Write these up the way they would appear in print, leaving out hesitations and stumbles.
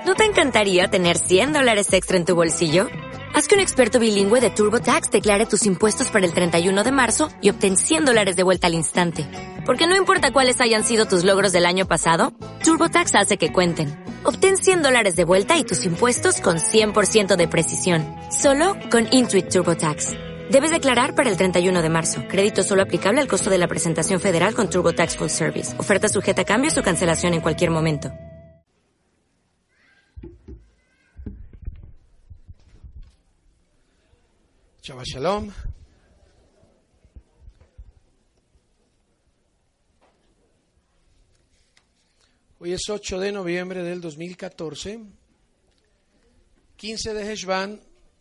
¿No te encantaría tener $100 extra en tu bolsillo? Haz que un experto bilingüe de TurboTax declare tus impuestos para el 31 de marzo y obtén $100 de vuelta al instante. Porque no importa cuáles hayan sido tus logros del año pasado, TurboTax hace que cuenten. Obtén $100 de vuelta y tus impuestos con 100% de precisión. Solo con Intuit TurboTax. Debes declarar para el 31 de marzo. Crédito solo aplicable al costo de la presentación federal con TurboTax Full Service. Oferta sujeta a cambios o cancelación en cualquier momento. Shabbat Shalom. Hoy es 8 de noviembre del 2014, 15 de Heshvan,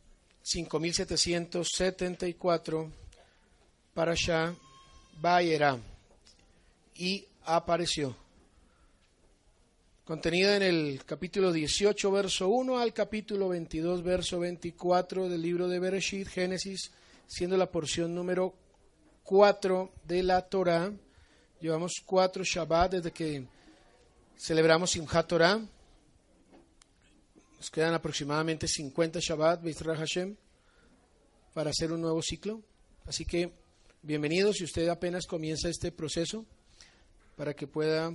5774, Parashá Vayera, y apareció. Contenida en el capítulo 18, verso 1 al capítulo 22, verso 24 del libro de Bereshit, Génesis, siendo la porción número 4 de la Torá. Llevamos 4 Shabbat desde que celebramos Simchat Torah. Nos quedan aproximadamente 50 Shabbat, B'ezrat Hashem, para hacer un nuevo ciclo. Así que bienvenidos si usted apenas comienza este proceso, para que pueda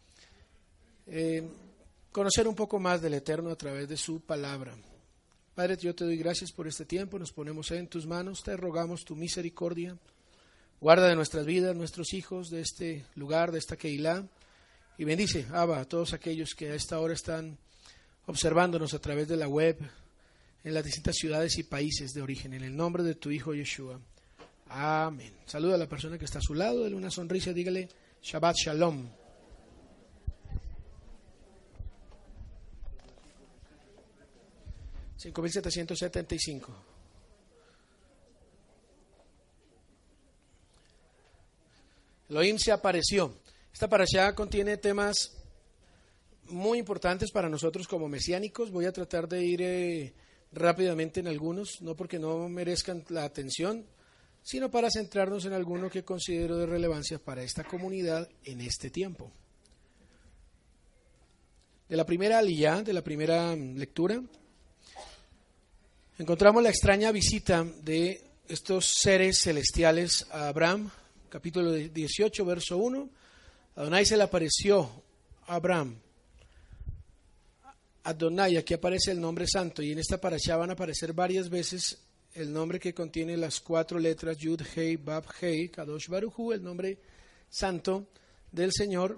conocer un poco más del Eterno a través de su palabra. Padre, yo te doy gracias por este tiempo, nos ponemos en tus manos, te rogamos tu misericordia, guarda de nuestras vidas, nuestros hijos, de este lugar, de esta Keilah, y bendice, Abba, a todos aquellos que a esta hora están observándonos a través de la web, en las distintas ciudades y países de origen, en el nombre de tu Hijo Yeshua. Amén. Saluda a la persona que está a su lado, dale una sonrisa, dígale Shabbat Shalom. $5,775. Elohim se apareció. Esta parashá contiene temas muy importantes para nosotros como mesiánicos. Voy a tratar de ir rápidamente en algunos, no porque no merezcan la atención, sino para centrarnos en alguno que considero de relevancia para esta comunidad en este tiempo. De la primera aliyá, de la primera lectura, encontramos la extraña visita de estos seres celestiales a Abraham, capítulo 18, verso 1. Adonai se le apareció a Abraham. Adonai, aquí aparece el nombre santo, y en esta parashá van a aparecer varias veces el nombre que contiene las 4 letras Yud, Hei, Bab, Hei, Kadosh Baruj Hu, el nombre santo del Señor.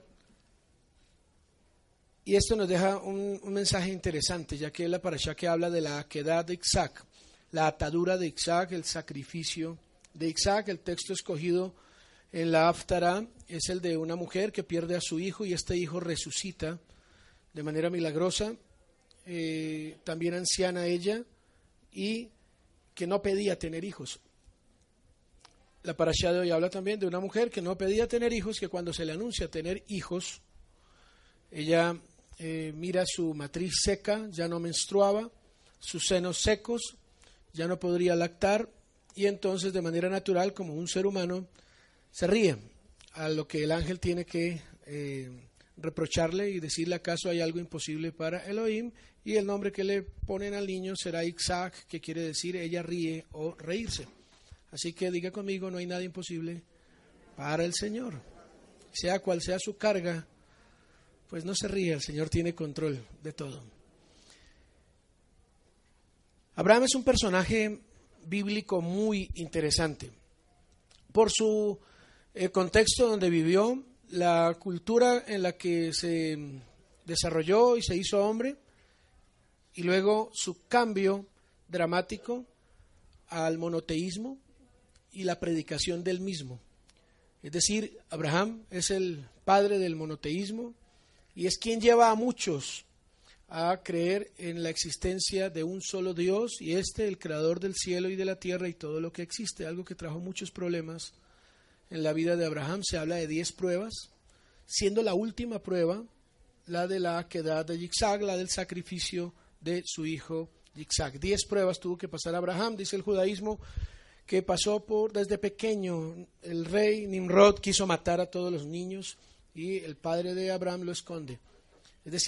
Y esto nos deja un mensaje interesante, ya que es la parashá que habla de la akedah de Isaac, la atadura de Isaac, el sacrificio de Isaac. El texto escogido en la Haftará es el de una mujer que pierde a su hijo y este hijo resucita de manera milagrosa, también anciana ella, y que no pedía tener hijos. La parashá de hoy habla también de una mujer que no pedía tener hijos, que cuando se le anuncia tener hijos, ella mira su matriz seca, ya no menstruaba, sus senos secos, ya no podría lactar, y entonces de manera natural, como un ser humano, se ríe a lo que el ángel tiene que reprocharle y decirle: ¿acaso hay algo imposible para Elohim? Y el nombre que le ponen al niño será Isaac, que quiere decir ella ríe o reírse. Así que diga conmigo: no hay nada imposible para el Señor. Sea cual sea su carga, pues no se ríe, el Señor tiene control de todo. Abraham es un personaje bíblico muy interesante por su contexto donde vivió, la cultura en la que se desarrolló y se hizo hombre, y luego su cambio dramático al monoteísmo y la predicación del mismo. Es decir, Abraham es el padre del monoteísmo y es quien lleva a muchos a creer en la existencia de un solo Dios, y el creador del cielo y de la tierra y todo lo que existe, algo que trajo muchos problemas en la vida de Abraham. Se habla de 10 pruebas, siendo la última prueba la de la akedah de Isaac, la del sacrificio de su hijo Isaac. 10 pruebas tuvo que pasar Abraham. Dice el judaísmo que pasó desde pequeño. El rey Nimrod quiso matar a todos los niños y el padre de Abraham lo esconde. Es decir,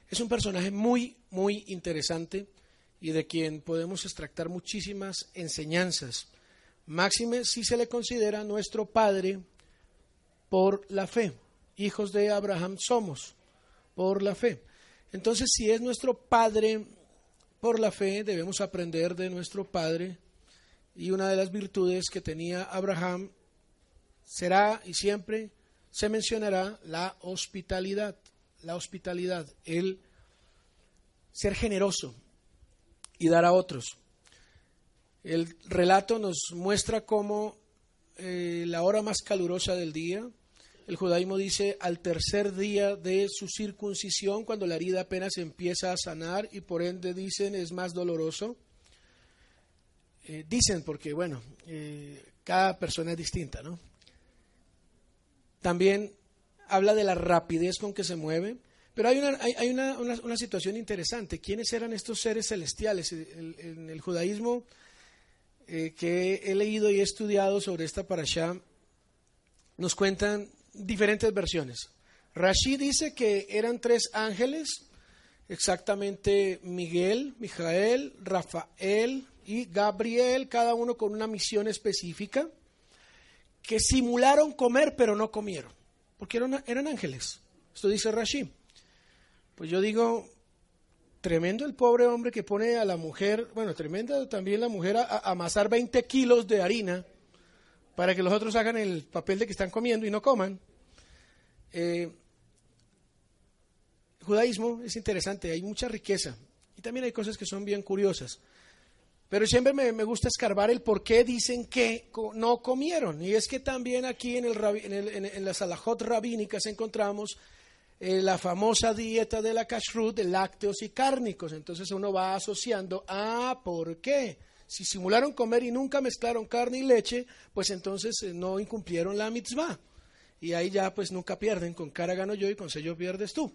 Es un personaje muy, muy interesante y de quien podemos extractar muchísimas enseñanzas. Máxime si se le considera nuestro padre por la fe. Hijos de Abraham somos por la fe. Entonces, si es nuestro padre por la fe, debemos aprender de nuestro padre, y una de las virtudes que tenía Abraham será y siempre se mencionará la hospitalidad. La hospitalidad, el ser generoso y dar a otros. El relato nos muestra cómo la hora más calurosa del día, el judaísmo dice al tercer día de su circuncisión, cuando la herida apenas empieza a sanar y por ende dicen es más doloroso. Dicen porque, bueno, cada persona es distinta, ¿no? También habla de la rapidez con que se mueve, pero hay una situación interesante. ¿Quiénes eran estos seres celestiales? En el judaísmo que he leído y he estudiado sobre esta parashá, nos cuentan diferentes versiones. Rashi dice que eran 3 ángeles, exactamente Miguel, Mijael, Rafael y Gabriel, cada uno con una misión específica, que simularon comer pero no comieron, porque eran ángeles. Esto dice Rashi. Pues yo digo, tremendo el pobre hombre que pone a la mujer, bueno, tremenda también la mujer a amasar 20 kilos de harina para que los otros hagan el papel de que están comiendo y no coman. Judaísmo es interesante, hay mucha riqueza y también hay cosas que son bien curiosas. Pero siempre me gusta escarbar el por qué dicen que no comieron. Y es que también aquí en las halajot rabínicas encontramos la famosa dieta de la kashrut de lácteos y cárnicos. Entonces uno va asociando, ¿por qué? Si simularon comer y nunca mezclaron carne y leche, pues entonces no incumplieron la mitzvah. Y ahí ya pues nunca pierden, con cara gano yo y con sello pierdes tú.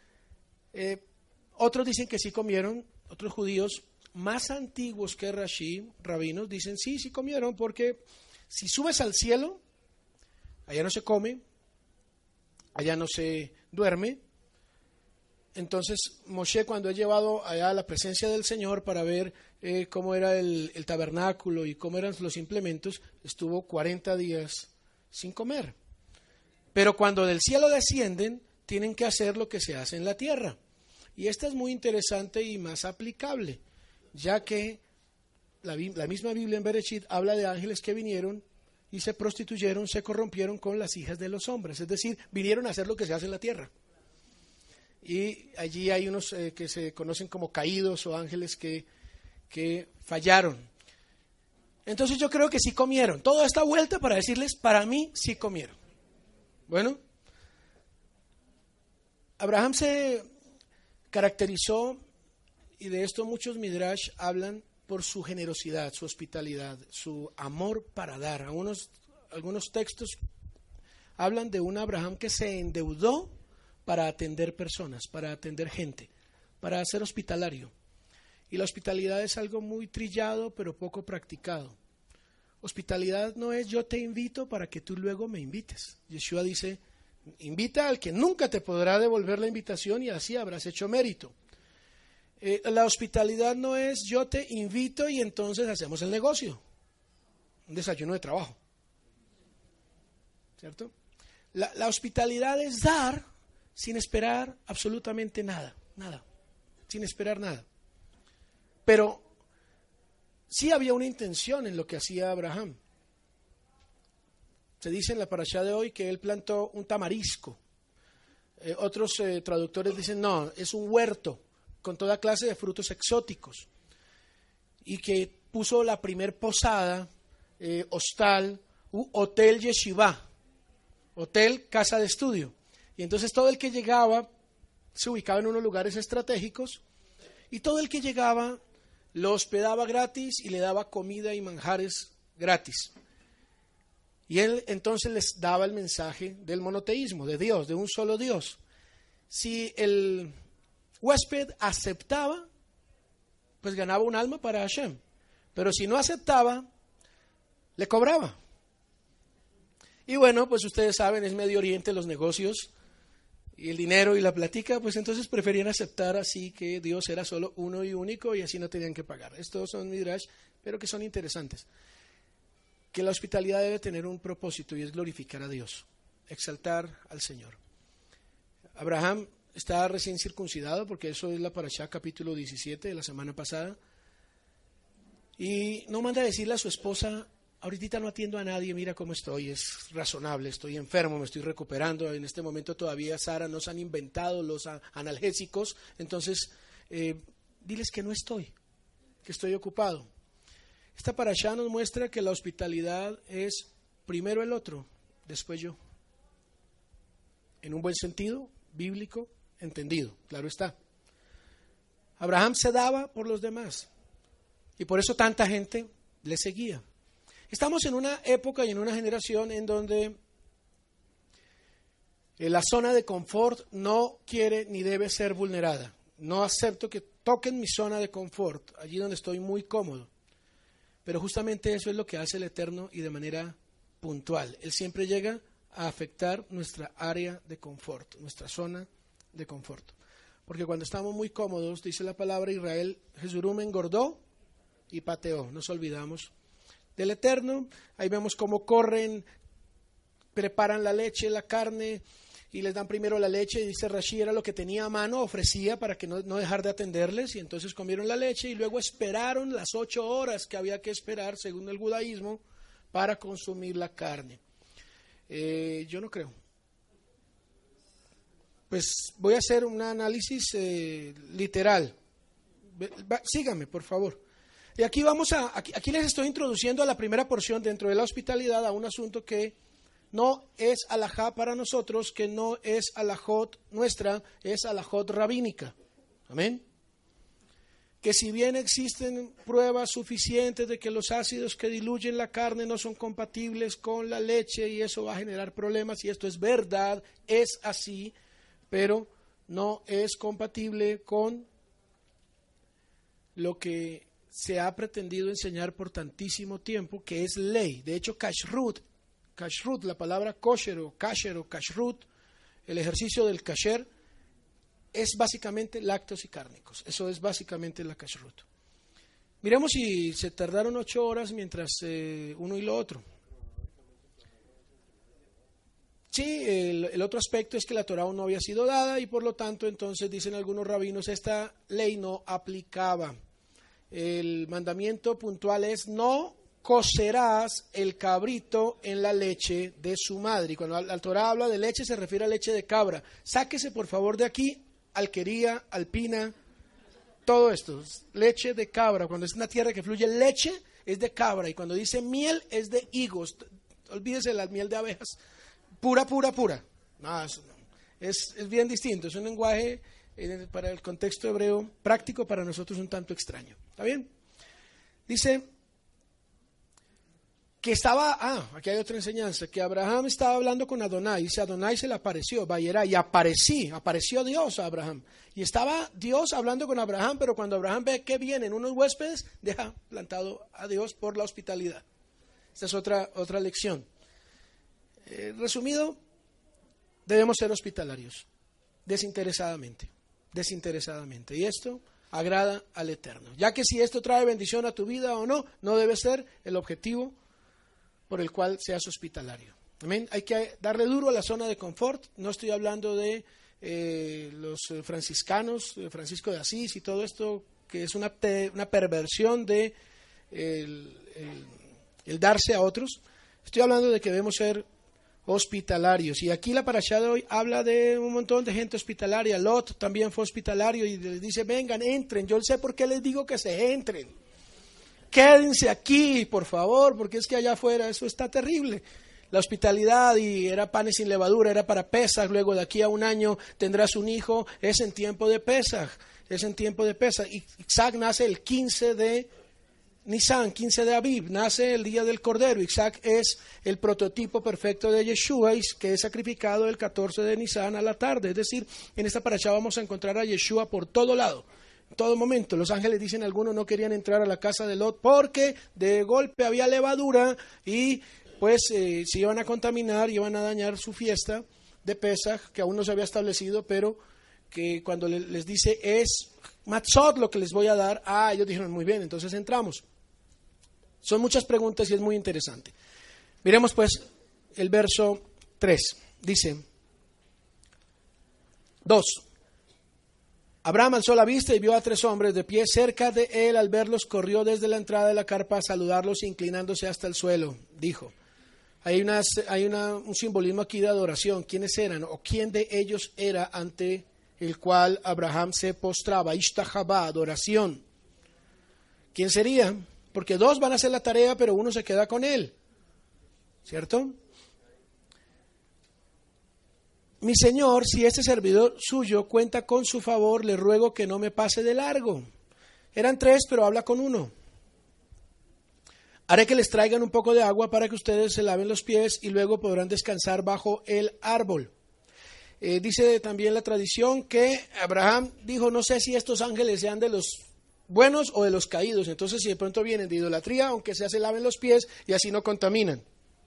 Otros dicen que sí comieron, otros judíos más antiguos que Rashi, rabinos, dicen sí comieron, porque si subes al cielo, allá no se come, allá no se duerme. Entonces Moshe, cuando es llevado allá a la presencia del Señor para ver cómo era el tabernáculo y cómo eran los implementos, estuvo 40 días sin comer. Pero cuando del cielo descienden, tienen que hacer lo que se hace en la tierra. Y esta es muy interesante y más aplicable, ya que la misma Biblia en Bereshit habla de ángeles que vinieron y se prostituyeron, se corrompieron con las hijas de los hombres, es decir, vinieron a hacer lo que se hace en la tierra. Y allí hay unos que se conocen como caídos o ángeles que fallaron. Entonces yo creo que sí comieron. Toda esta vuelta para decirles, para mí sí comieron. Bueno, Abraham se caracterizó, y de esto muchos midrash hablan, por su generosidad, su hospitalidad, su amor para dar. Algunos textos hablan de un Abraham que se endeudó para atender personas, para atender gente, para ser hospitalario. Y la hospitalidad es algo muy trillado, pero poco practicado. Hospitalidad no es yo te invito para que tú luego me invites. Yeshua dice, invita al que nunca te podrá devolver la invitación y así habrás hecho mérito. La hospitalidad no es yo te invito y entonces hacemos el negocio, un desayuno de trabajo, ¿cierto? La hospitalidad es dar sin esperar absolutamente nada, sin esperar nada. Pero sí había una intención en lo que hacía Abraham. Se dice en la parashá de hoy que él plantó un tamarisco. Otros traductores dicen no, es un huerto con toda clase de frutos exóticos, y que puso la primer posada, hostal, hotel yeshiva, hotel casa de estudio, y entonces todo el que llegaba se ubicaba en unos lugares estratégicos, y todo el que llegaba lo hospedaba gratis y le daba comida y manjares gratis. Y él entonces les daba el mensaje del monoteísmo, de Dios, de un solo Dios. Si el huésped aceptaba, pues ganaba un alma para Hashem. Pero si no aceptaba, le cobraba. Y bueno, pues ustedes saben, es Medio Oriente los negocios. y el dinero y la platica, pues entonces preferían aceptar así que Dios era solo uno y único y así no tenían que pagar. Estos son midrash, pero que son interesantes. Que la hospitalidad debe tener un propósito y es glorificar a Dios, exaltar al Señor. Abraham está recién circuncidado, porque eso es la Parashá capítulo 17 de la semana pasada, y no manda a decirle a su esposa: ahorita no atiendo a nadie, mira cómo estoy, es razonable, estoy enfermo, me estoy recuperando, en este momento todavía Sara no se han inventado los analgésicos, entonces diles que no estoy, que estoy ocupado. Esta parashá nos muestra que la hospitalidad es primero el otro, después yo. En un buen sentido, bíblico, entendido, claro está. Abraham se daba por los demás y por eso tanta gente le seguía. Estamos en una época y en una generación en donde la zona de confort no quiere ni debe ser vulnerada. No acepto que toquen mi zona de confort, allí donde estoy muy cómodo. Pero justamente eso es lo que hace el Eterno y de manera puntual. Él siempre llega a afectar nuestra área de confort, nuestra zona de confort. Porque cuando estamos muy cómodos, dice la palabra, Israel, Jesurum engordó y pateó. Nos olvidamos del Eterno. Ahí vemos cómo corren, preparan la leche, la carne, y les dan primero la leche, y dice Rashi, era lo que tenía a mano, ofrecía para que no dejar de atenderles, y entonces comieron la leche, y luego esperaron las 8 horas que había que esperar, según el judaísmo, para consumir la carne. Yo no creo. Pues voy a hacer un análisis literal. Síganme, por favor. Y aquí aquí les estoy introduciendo a la primera porción dentro de la hospitalidad, a un asunto que no es alajá para nosotros, que no es alajot nuestra, es alajot rabínica. Amén. Que si bien existen pruebas suficientes de que los ácidos que diluyen la carne no son compatibles con la leche y eso va a generar problemas, y esto es verdad, es así, pero no es compatible con lo que se ha pretendido enseñar por tantísimo tiempo, que es ley. De hecho, kashrut, la palabra kosher o kashrut, el ejercicio del kasher, es básicamente lácteos y cárnicos. Eso es básicamente la kashrut. Miremos si se tardaron 8 horas mientras uno y lo otro. Sí, el otro aspecto es que la Torá aún no había sido dada y por lo tanto entonces dicen algunos rabinos esta ley no aplicaba. El mandamiento puntual es: no cocerás el cabrito en la leche de su madre. Y cuando la Torá habla de leche se refiere a leche de cabra. Sáquese por favor de aquí alquería, alpina, todo esto, leche de cabra. Cuando es una tierra que fluye leche es de cabra, y cuando dice miel es de higos. Olvídese la miel de abejas, pura. No, es bien distinto, es un lenguaje para el contexto hebreo práctico, para nosotros un tanto extraño. ¿Está bien? Dice que aquí hay otra enseñanza, que Abraham estaba hablando con Adonai, dice Adonai se le apareció, Vayera, y apareció Dios a Abraham, y estaba Dios hablando con Abraham, pero cuando Abraham ve que vienen unos huéspedes, deja plantado a Dios por la hospitalidad. Esta es otra lección. Resumido, debemos ser hospitalarios, desinteresadamente, y esto agrada al Eterno, ya que si esto trae bendición a tu vida o no, no debe ser el objetivo por el cual seas hospitalario. Amén. Hay que darle duro a la zona de confort. No estoy hablando de los franciscanos, Francisco de Asís y todo esto, que es una perversión de el darse a otros. Estoy hablando de que debemos ser hospitalarios. Y aquí la parashá de hoy habla de un montón de gente hospitalaria. Lot también fue hospitalario y les dice: vengan, entren. Yo sé por qué les digo que se entren. Quédense aquí, por favor, porque es que allá afuera eso está terrible. La hospitalidad, y era panes sin levadura, era para Pesaj, luego de aquí a un año tendrás un hijo, es en tiempo de Pesaj, Y Isaac nace el 15 de Nisan, 15 de Aviv, nace el día del Cordero. Isaac es el prototipo perfecto de Yeshua, que es sacrificado el 14 de Nisan a la tarde. Es decir, en esta parashá vamos a encontrar a Yeshua por todo lado. En todo momento. Los ángeles dicen, algunos no querían entrar a la casa de Lot porque de golpe había levadura y pues se iban a contaminar, iban a dañar su fiesta, de Pesaj, que aún no se había establecido, pero que cuando les dice es matzot lo que les voy a dar, ellos dijeron muy bien, entonces entramos. Son muchas preguntas y es muy interesante. Miremos pues el verso 3, dice 2. Abraham alzó la vista y vio a 3 hombres de pie cerca de él. Al verlos, corrió desde la entrada de la carpa a saludarlos, inclinándose hasta el suelo. Dijo, hay un simbolismo aquí de adoración. ¿Quiénes eran o quién de ellos era ante el cual Abraham se postraba? Ishtahabá, adoración. ¿Quién sería? Porque 2 van a hacer la tarea, pero uno se queda con él, ¿cierto? Mi señor, si este servidor suyo cuenta con su favor, le ruego que no me pase de largo. Eran 3, pero habla con uno. Haré que les traigan un poco de agua para que ustedes se laven los pies y luego podrán descansar bajo el árbol. Dice también la tradición que Abraham dijo, no sé si estos ángeles sean de los buenos o de los caídos. Entonces, si de pronto vienen de idolatría, aunque sea se laven los pies y así no contaminan.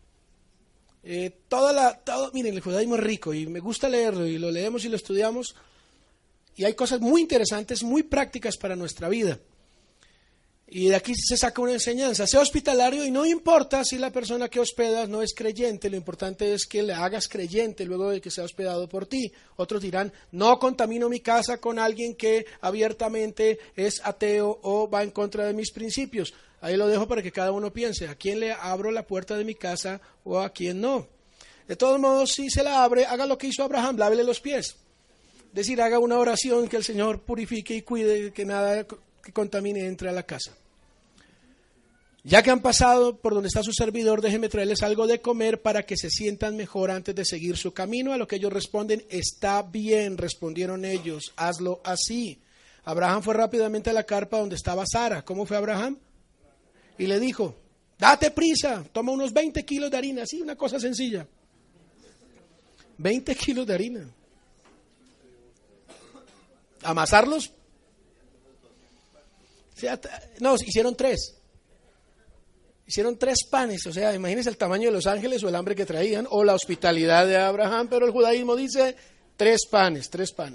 Miren, el judaísmo es rico y me gusta leerlo y lo leemos y lo estudiamos y hay cosas muy interesantes, muy prácticas para nuestra vida. Y de aquí se saca una enseñanza. Sea hospitalario y no importa si la persona que hospedas no es creyente, lo importante es que le hagas creyente luego de que sea hospedado por ti. Otros dirán, no contamino mi casa con alguien que abiertamente es ateo o va en contra de mis principios. Ahí lo dejo para que cada uno piense, ¿a quién le abro la puerta de mi casa o a quién no? De todos modos, si se la abre, haga lo que hizo Abraham, lávele los pies. Es decir, haga una oración que el Señor purifique y cuide que nada que contamine entre a la casa. Ya que han pasado por donde está su servidor, déjenme traerles algo de comer para que se sientan mejor antes de seguir su camino. A lo que ellos responden, está bien, respondieron ellos, hazlo así. Abraham fue rápidamente a la carpa donde estaba Sara. ¿Cómo fue Abraham? Y le dijo, date prisa, toma unos 20 kilos de harina, sí, una cosa sencilla. 20 kilos de harina. ¿Amasarlos? O sea, no, hicieron 3. Hicieron 3 panes, o sea, imagínense el tamaño de los ángeles o el hambre que traían, o la hospitalidad de Abraham, pero el judaísmo dice 3 panes.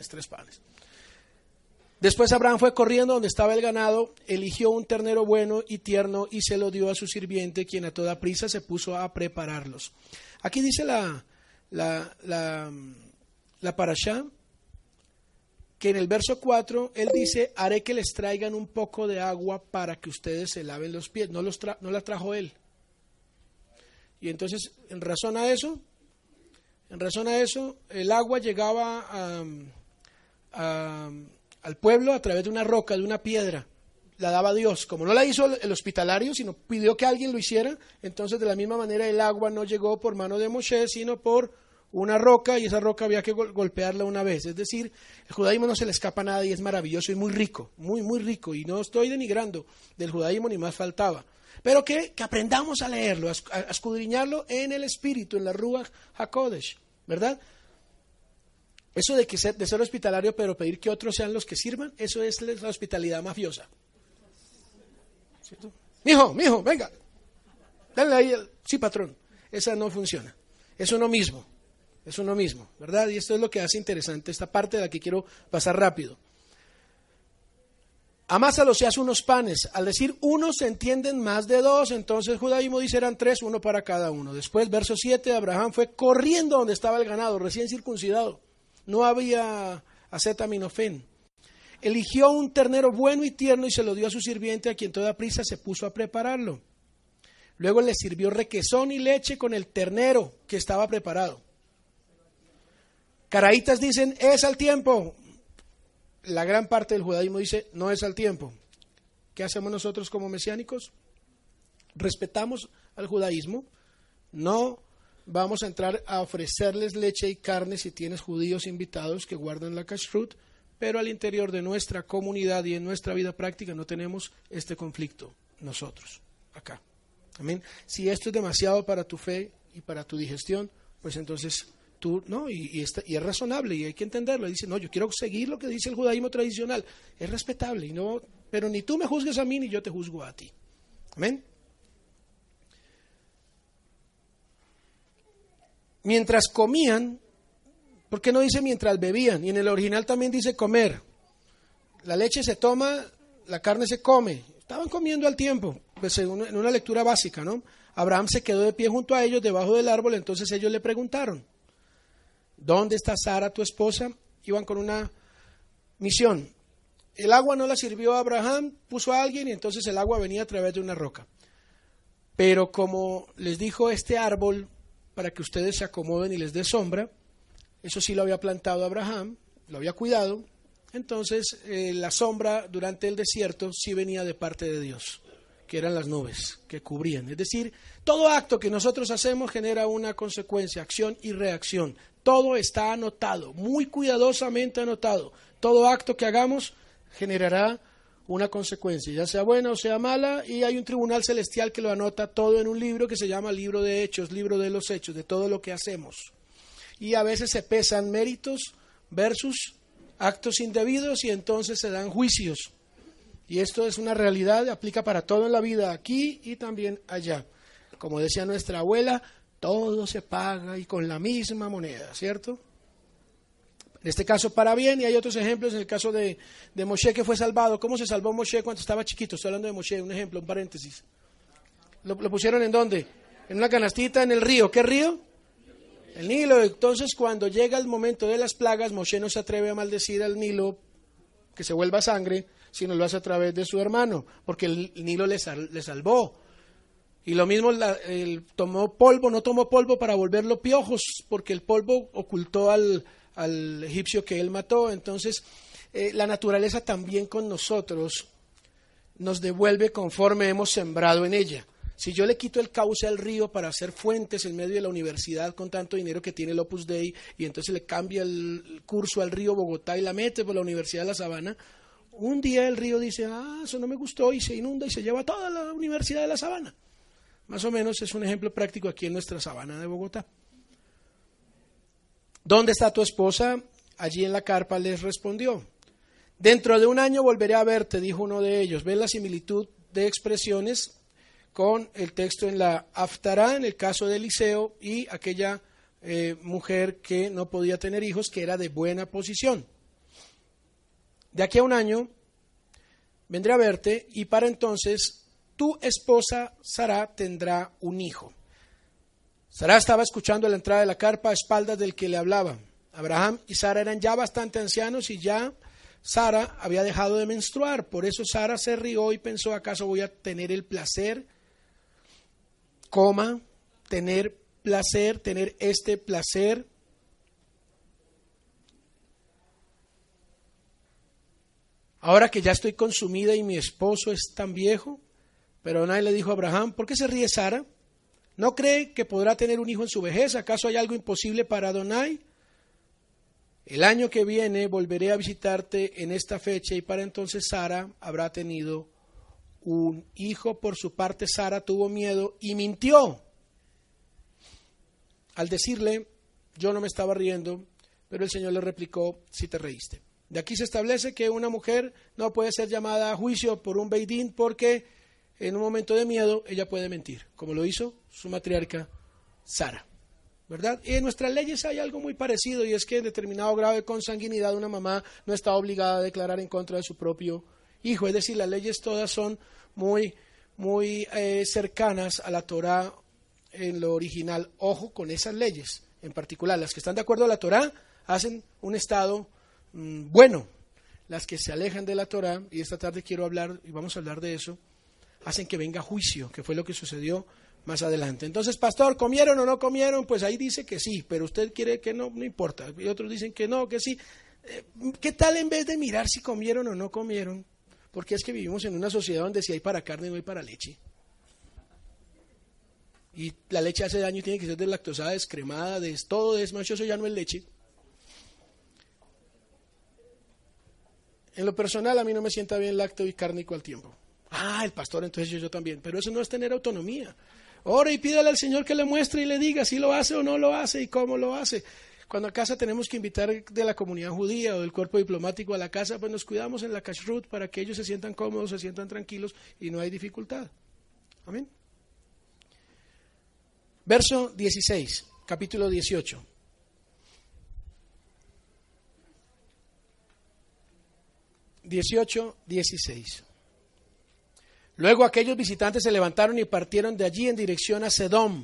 Después Abraham fue corriendo donde estaba el ganado, eligió un ternero bueno y tierno y se lo dio a su sirviente, quien a toda prisa se puso a prepararlos. Aquí dice la parashá, que en el verso 4, él dice, haré que les traigan un poco de agua para que ustedes se laven los pies. No la trajo él. Y entonces, en razón a eso, el agua llegaba al pueblo a través de una roca, de una piedra. La daba Dios. Como no la hizo el hospitalario, sino pidió que alguien lo hiciera, entonces de la misma manera el agua no llegó por mano de Moshe, sino por una roca, y esa roca había que golpearla una vez. Es decir, el judaísmo no se le escapa nada y es maravilloso y muy rico, muy, muy rico. Y no estoy denigrando del judaísmo, ni más faltaba. Pero que aprendamos a leerlo, a escudriñarlo en el espíritu, en la Ruach HaKodesh, ¿verdad? Eso de ser hospitalario, pero pedir que otros sean los que sirvan, eso es la hospitalidad mafiosa. ¿Cierto? Mijo, venga. Dale ahí. Sí, patrón. Esa no funciona. Es uno mismo, ¿verdad? Y esto es lo que hace interesante esta parte de la que quiero pasar rápido. Amásalos y haz unos panes. Al decir uno se entienden más de 2, entonces el judaísmo dice eran 3, uno para cada uno. Después, verso 7, Abraham fue corriendo donde estaba el ganado, recién circuncidado. No había acetaminofén. Eligió un ternero bueno y tierno y se lo dio a su sirviente, a quien toda prisa se puso a prepararlo. Luego le sirvió requesón y leche con el ternero que estaba preparado. Caraítas dicen, es al tiempo. La gran parte del judaísmo dice, no es al tiempo. ¿Qué hacemos nosotros como mesiánicos? Respetamos al judaísmo. No vamos a entrar a ofrecerles leche y carne si tienes judíos invitados que guardan la kashrut, pero al interior de nuestra comunidad y en nuestra vida práctica no tenemos este conflicto nosotros, acá. Amén. Si esto es demasiado para tu fe y para tu digestión, pues entonces tú, no, y es razonable y hay que entenderlo. Dice, no, yo quiero seguir lo que dice el judaísmo tradicional. Es respetable, y no, pero ni tú me juzgues a mí ni yo te juzgo a ti. Amén. Mientras comían, ¿Por qué no dice mientras bebían? Y en el original también dice comer. La leche se toma, la carne se come. Estaban comiendo al tiempo, pues en una lectura básica, ¿no? Abraham se quedó de pie junto a ellos, debajo del árbol, entonces ellos le preguntaron, ¿dónde está Sara, tu esposa? Iban con una misión. El agua no la sirvió a Abraham, puso a alguien y entonces el agua venía a través de una roca. Pero como les dijo este árbol, para que ustedes se acomoden y les dé sombra, eso sí lo había plantado Abraham, lo había cuidado, entonces la sombra durante el desierto sí venía de parte de Dios, que eran las nubes que cubrían. Es decir, todo acto que nosotros hacemos genera una consecuencia, acción y reacción. Todo está anotado, muy cuidadosamente anotado. Todo acto que hagamos generará una consecuencia, ya sea buena o sea mala, y hay un tribunal celestial que lo anota todo en un libro que se llama Libro de Hechos, Libro de los Hechos, de todo lo que hacemos. Y a veces se pesan méritos versus actos indebidos y entonces se dan juicios. Y esto es una realidad, aplica para todo en la vida, aquí y también allá. Como decía nuestra abuela, todo se paga y con la misma moneda, ¿cierto? En este caso para bien, y hay otros ejemplos, en el caso de Moshe que fue salvado. ¿Cómo se salvó Moshe cuando estaba chiquito? Estoy hablando de Moshe, un ejemplo, un paréntesis. ¿Lo pusieron en dónde? En una canastita en el río. ¿Qué río? El Nilo. Entonces cuando llega el momento de las plagas, Moshe no se atreve a maldecir al Nilo que se vuelva sangre, sino lo hace a través de su hermano, porque el Nilo le salvó. Y lo mismo, tomó polvo, no tomó polvo para volverlo piojos, porque el polvo ocultó al egipcio que él mató. Entonces, la naturaleza también con nosotros nos devuelve conforme hemos sembrado en ella. Si yo le quito el cauce al río para hacer fuentes en medio de la universidad con tanto dinero que tiene el Opus Dei, y entonces le cambia el curso al río Bogotá y la mete por la Universidad de La Sabana, un día el río dice, eso no me gustó, y se inunda y se lleva toda la Universidad de La Sabana. Más o menos es un ejemplo práctico aquí en nuestra sabana de Bogotá. ¿Dónde está tu esposa? Allí en la carpa les respondió. Dentro de un año volveré a verte, dijo uno de ellos. ¿Ven la similitud de expresiones con el texto en la Haftará, en el caso de Eliseo, y aquella mujer que no podía tener hijos, que era de buena posición? De aquí a un año vendré a verte y para entonces tu esposa Sara tendrá un hijo. Sara estaba escuchando a la entrada de la carpa a espaldas del que le hablaba. Abraham y Sara eran ya bastante ancianos y ya Sara había dejado de menstruar. Por eso Sara se rió y pensó, ¿acaso voy a tener el placer? Tener placer, tener este placer. Ahora que ya estoy consumida y mi esposo es tan viejo. Pero Adonai le dijo a Abraham, ¿por qué se ríe Sara? ¿No cree que podrá tener un hijo en su vejez? ¿Acaso hay algo imposible para Adonai? El año que viene volveré a visitarte en esta fecha y para entonces Sara habrá tenido un hijo. Por su parte Sara tuvo miedo y mintió al decirle, yo no me estaba riendo, pero el Señor le replicó, sí te reíste. De aquí se establece que una mujer no puede ser llamada a juicio por un beidín porque en un momento de miedo ella puede mentir, como lo hizo su matriarca Sara, ¿verdad? Y en nuestras leyes hay algo muy parecido, y es que en determinado grado de consanguinidad una mamá no está obligada a declarar en contra de su propio hijo. Es decir, las leyes todas son muy cercanas a la Torá en lo original. Ojo con esas leyes, en particular las que están de acuerdo a la Torá hacen un estado bueno. Las que se alejan de la Torá, y esta tarde quiero hablar y vamos a hablar de eso, hacen que venga juicio, que fue lo que sucedió más adelante. Entonces, pastor, ¿comieron o no comieron? Pues ahí dice que sí, pero usted quiere que no, no importa. Y otros dicen que no, que sí. ¿Qué tal en vez de mirar si comieron o no comieron? Porque es que vivimos en una sociedad donde si hay para carne no hay para leche. Y la leche hace daño y tiene que ser deslactosada, descremada, todo desmachoso, ya no es leche. En lo personal a mí no me sienta bien lácteo y cárnico al tiempo. El pastor, entonces yo también. Pero eso no es tener autonomía. Ore y pídale al Señor que le muestre y le diga si lo hace o no lo hace y cómo lo hace. Cuando a casa tenemos que invitar de la comunidad judía o del cuerpo diplomático a la casa, pues nos cuidamos en la kashrut para que ellos se sientan cómodos, se sientan tranquilos y no hay dificultad. Amén. Verso 16, capítulo 18. 18, 16. Luego aquellos visitantes se levantaron y partieron de allí en dirección a Sedom.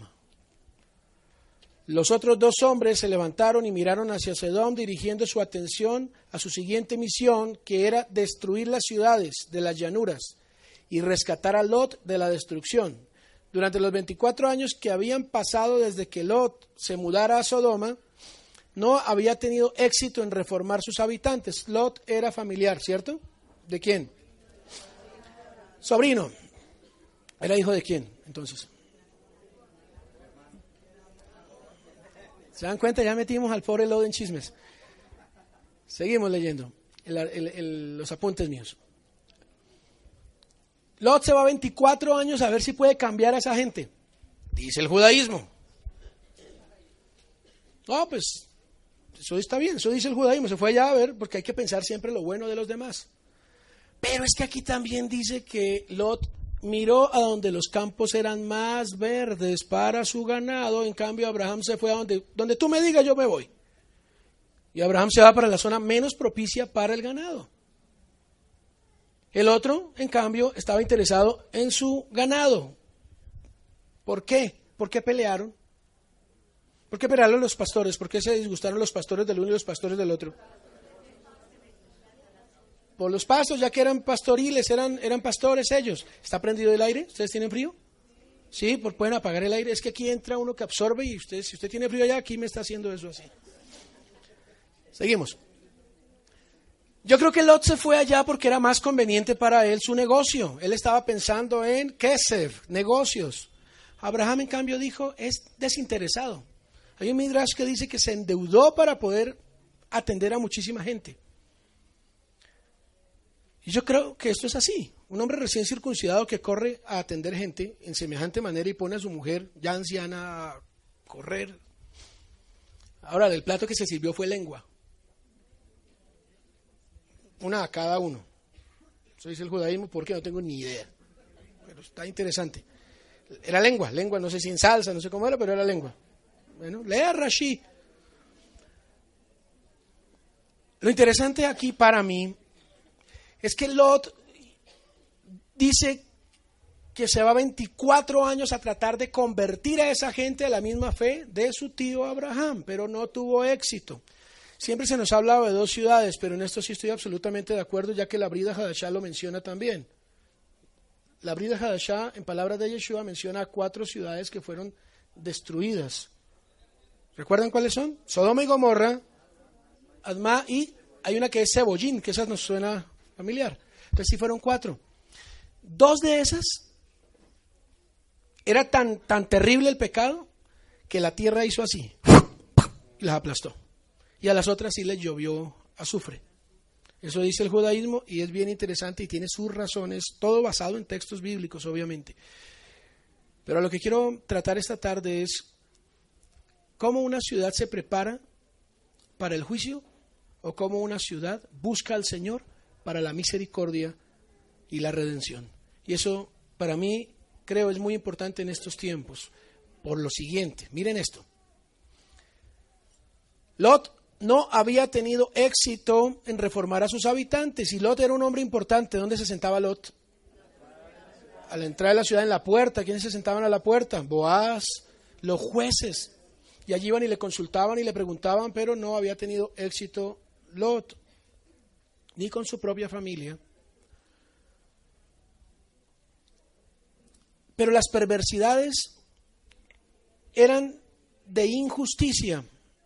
Los otros dos hombres se levantaron y miraron hacia Sedom, dirigiendo su atención a su siguiente misión, que era destruir las ciudades de las llanuras y rescatar a Lot de la destrucción. Durante los 24 años que habían pasado desde que Lot se mudara a Sodoma, no había tenido éxito en reformar sus habitantes. Lot era familiar, ¿cierto? ¿De quién? Sobrino. ¿Era hijo de quién, entonces? ¿Se dan cuenta? Ya metimos al pobre Lot en chismes. Seguimos leyendo los apuntes míos. Lot se va 24 años a ver si puede cambiar a esa gente. Dice el judaísmo. No, pues eso está bien, eso dice el judaísmo. Se fue allá a ver porque hay que pensar siempre lo bueno de los demás. Pero es que aquí también dice que Lot miró a donde los campos eran más verdes para su ganado. En cambio Abraham se fue a donde tú me digas yo me voy. Y Abraham se va para la zona menos propicia para el ganado. El otro, en cambio, estaba interesado en su ganado. ¿Por qué? ¿Por qué pelearon? ¿Por qué pelearon los pastores? ¿Por qué se disgustaron los pastores del uno y los pastores del otro? Por los pastos, ya que eran pastoriles, eran pastores ellos. ¿Está prendido el aire? ¿Ustedes tienen frío? Sí, pueden apagar el aire. Es que aquí entra uno que absorbe y si usted tiene frío allá, aquí me está haciendo eso así. Seguimos. Yo creo que Lot se fue allá porque era más conveniente para él su negocio. Él estaba pensando en Kesef, negocios. Abraham, en cambio, dijo, es desinteresado. Hay un midrash que dice que se endeudó para poder atender a muchísima gente. Y yo creo que esto es así. Un hombre recién circuncidado que corre a atender gente en semejante manera y pone a su mujer ya anciana a correr. Ahora, el plato que se sirvió fue lengua. Una a cada uno. Eso dice el judaísmo porque no tengo ni idea. Pero está interesante. Era lengua, no sé si en salsa, no sé cómo era, pero era lengua. Bueno, lea Rashi. Lo interesante aquí para mí es que Lot dice que se va 24 años a tratar de convertir a esa gente a la misma fe de su tío Abraham, pero no tuvo éxito. Siempre se nos ha hablado de dos ciudades, pero en esto sí estoy absolutamente de acuerdo, ya que la Brida Hadashah lo menciona también. La Brida Hadashah, en palabras de Yeshua, menciona 4 ciudades que fueron destruidas. ¿Recuerdan cuáles son? Sodoma y Gomorra, Adma y hay una que es Sebollín, que esa nos suena familiar. Entonces sí fueron 4. 2 de esas era tan terrible el pecado que la tierra hizo así y las aplastó. Y a las otras sí les llovió azufre. Eso dice el judaísmo y es bien interesante y tiene sus razones, todo basado en textos bíblicos, obviamente. Pero lo que quiero tratar esta tarde es cómo una ciudad se prepara para el juicio o cómo una ciudad busca al Señor para la misericordia y la redención. Y eso para mí creo es muy importante en estos tiempos. Por lo siguiente, miren esto. Lot no había tenido éxito en reformar a sus habitantes y Lot era un hombre importante. ¿Dónde se sentaba Lot? A la entrada de la ciudad, en la puerta. ¿Quiénes se sentaban a la puerta? Boaz, los jueces. Y allí iban y le consultaban y le preguntaban, pero no había tenido éxito Lot, ni con su propia familia. Pero las perversidades eran de injusticia.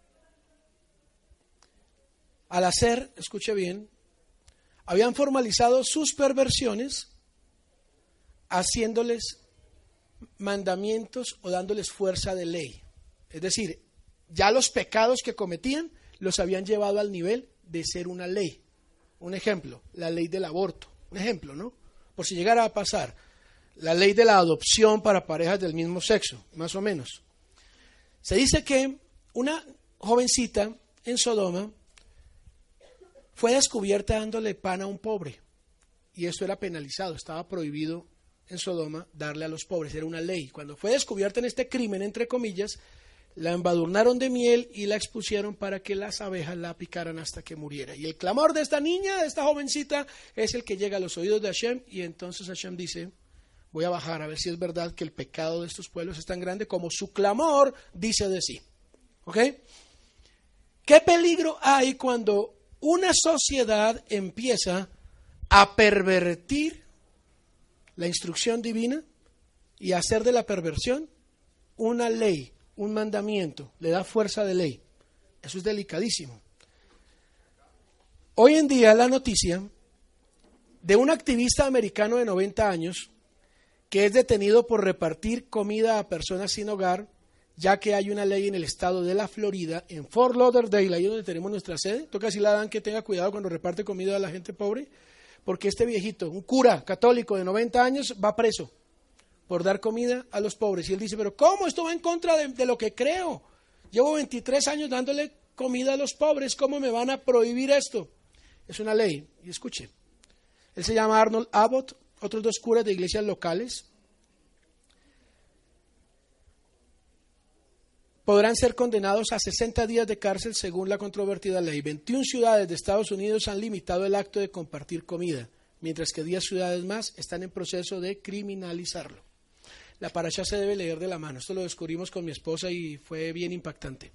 Al hacer, escuche bien, habían formalizado sus perversiones haciéndoles mandamientos o dándoles fuerza de ley. Es decir, ya los pecados que cometían los habían llevado al nivel de ser una ley. Un ejemplo, la ley del aborto. Un ejemplo, ¿no? Por si llegara a pasar. La ley de la adopción para parejas del mismo sexo, más o menos. Se dice que una jovencita en Sodoma fue descubierta dándole pan a un pobre. Y eso era penalizado, estaba prohibido en Sodoma darle a los pobres, era una ley. Cuando fue descubierta en este crimen, entre comillas, la embadurnaron de miel y la expusieron para que las abejas la picaran hasta que muriera. Y el clamor de esta niña, de esta jovencita, es el que llega a los oídos de Hashem, y entonces Hashem dice: voy a bajar a ver si es verdad que el pecado de estos pueblos es tan grande como su clamor dice de sí. ¿Ok? ¿Qué peligro hay cuando una sociedad empieza a pervertir la instrucción divina y a hacer de la perversión una ley, un mandamiento, le da fuerza de ley? Eso es delicadísimo. Hoy en día la noticia de un activista americano de 90 años que es detenido por repartir comida a personas sin hogar, ya que hay una ley en el estado de la Florida, en Fort Lauderdale, ahí donde tenemos nuestra sede. Toca decirle a Dan que tenga cuidado cuando reparte comida a la gente pobre, porque este viejito, un cura católico de 90 años, va preso por dar comida a los pobres. Y él dice: pero ¿cómo? Esto va en contra de lo que creo. Llevo 23 años dándole comida a los pobres, ¿cómo me van a prohibir esto? Es una ley. Y escuche, él se llama Arnold Abbott, otros 2 curas de iglesias locales podrán ser condenados a 60 días de cárcel según la controvertida ley. 21 ciudades de Estados Unidos han limitado el acto de compartir comida, mientras que 10 ciudades más están en proceso de criminalizarlo. La parashá se debe leer de la mano. Esto lo descubrimos con mi esposa y fue bien impactante.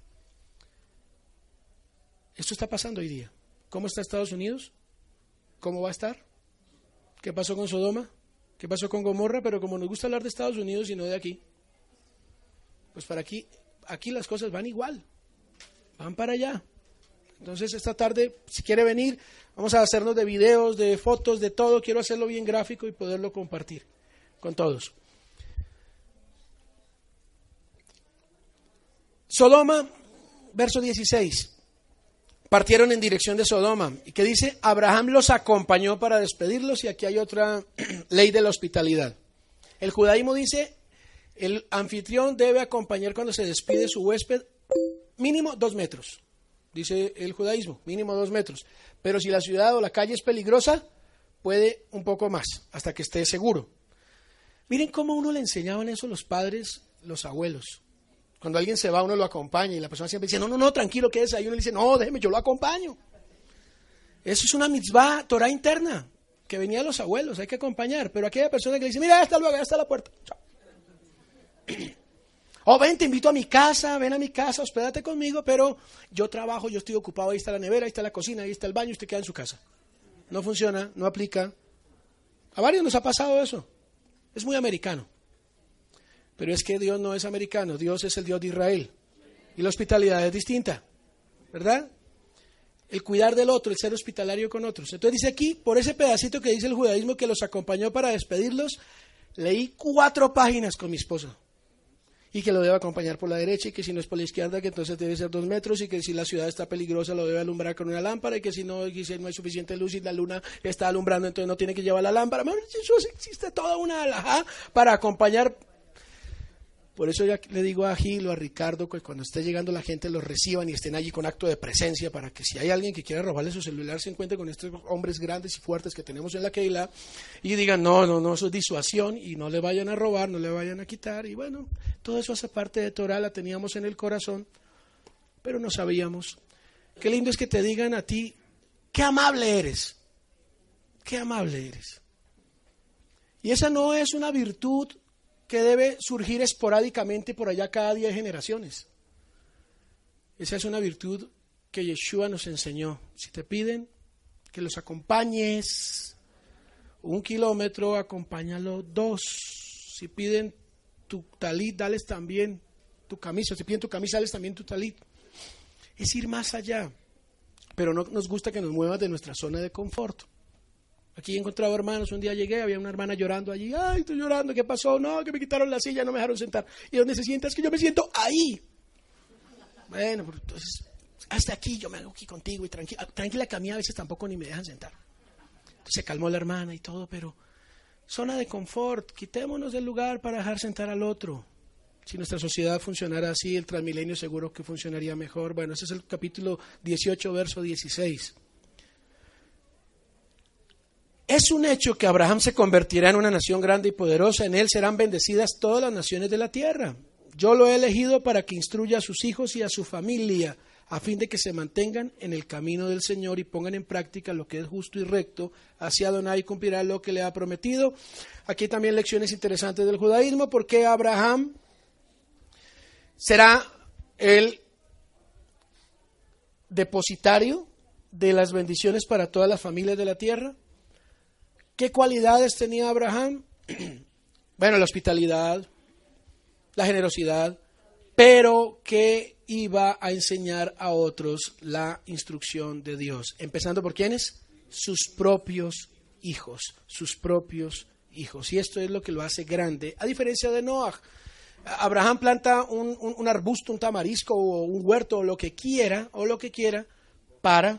Esto está pasando hoy día. ¿Cómo está Estados Unidos? ¿Cómo va a estar? ¿Qué pasó con Sodoma? ¿Qué pasó con Gomorra? Pero como nos gusta hablar de Estados Unidos y no de aquí, pues para aquí las cosas van igual, van para allá. Entonces esta tarde, si quiere venir, vamos a hacernos de videos, de fotos, de todo. Quiero hacerlo bien gráfico y poderlo compartir con todos. Sodoma, verso 16. Partieron en dirección de Sodoma. ¿Y qué dice? Abraham los acompañó para despedirlos, y aquí hay otra ley de la hospitalidad. El judaísmo dice: el anfitrión debe acompañar cuando se despide su huésped mínimo 2 metros. Dice el judaísmo, mínimo 2 metros. Pero si la ciudad o la calle es peligrosa, puede un poco más, hasta que esté seguro. Miren cómo uno le enseñaban eso los padres, los abuelos. Cuando alguien se va, uno lo acompaña, y la persona siempre dice: no, tranquilo, quédese ahí. Uno le dice: no, déjeme, yo lo acompaño. Eso es una mitzvah, Torah interna, que venía de los abuelos, hay que acompañar. Pero aquella persona que le dice: mira, hasta luego, ya está la puerta, chao. Ven, te invito a mi casa, ven a mi casa, hospédate conmigo, pero yo trabajo, yo estoy ocupado, ahí está la nevera, ahí está la cocina, ahí está el baño, usted queda en su casa. No funciona, no aplica. A varios nos ha pasado eso. Es muy americano. Pero es que Dios no es americano, Dios es el Dios de Israel. Y la hospitalidad es distinta, ¿verdad? El cuidar del otro, el ser hospitalario con otros. Entonces dice aquí, por ese pedacito que dice el judaísmo que los acompañó para despedirlos, leí 4 páginas con mi esposa. Y que lo debe acompañar por la derecha, y que si no es por la izquierda, que entonces debe ser 2 metros, y que si la ciudad está peligrosa lo debe alumbrar con una lámpara, y que si no hay suficiente luz y la luna está alumbrando, entonces no tiene que llevar la lámpara. Eso existe toda una alajá para acompañar. Por eso ya le digo a Gil o a Ricardo que cuando esté llegando la gente los reciban y estén allí con acto de presencia, para que si hay alguien que quiera robarle su celular se encuentre con estos hombres grandes y fuertes que tenemos en la Keilah y digan: no, eso es disuasión, y no le vayan a robar, no le vayan a quitar. Y bueno, todo eso hace parte de Torah, la teníamos en el corazón, pero no sabíamos. Qué lindo es que te digan a ti: qué amable eres, qué amable eres. Y esa no es una virtud que debe surgir esporádicamente por allá cada 10 generaciones. Esa es una virtud que Yeshua nos enseñó. Si te piden que los acompañes 1 kilómetro, acompáñalo 2. Si piden tu talit, dales también tu camisa. Si piden tu camisa, dales también tu talit. Es ir más allá. Pero no nos gusta que nos muevas de nuestra zona de confort. Aquí he encontrado hermanos, un día llegué, había una hermana llorando allí: ay, estoy llorando, ¿qué pasó? No, que me quitaron la silla, no me dejaron sentar. ¿Y dónde se sienta? Es que yo me siento ahí. Bueno, pues entonces, hasta aquí, yo me hago aquí contigo, y tranquila que a mí a veces tampoco ni me dejan sentar. Entonces se calmó la hermana y todo, pero zona de confort, quitémonos del lugar para dejar sentar al otro. Si nuestra sociedad funcionara así, el Transmilenio seguro que funcionaría mejor. Bueno, ese es el capítulo 18, verso 16. Es un hecho que Abraham se convertirá en una nación grande y poderosa. En él serán bendecidas todas las naciones de la tierra. yo lo he elegido para que instruya a sus hijos y a su familia, a fin de que se mantengan en el camino del Señor y pongan en práctica lo que es justo y recto. Así Adonai cumplirá lo que le ha prometido. Aquí también lecciones interesantes del judaísmo, porque Abraham será el depositario de las bendiciones para todas las familias de la tierra. ¿Qué cualidades tenía Abraham? Bueno, la hospitalidad, la generosidad, pero que iba a enseñar a otros la instrucción de Dios. Empezando por ¿quiénes? Sus propios hijos, sus propios hijos. Y esto es lo que lo hace grande, a diferencia de Noah. Abraham planta un arbusto, un tamarisco o un huerto o lo que quiera para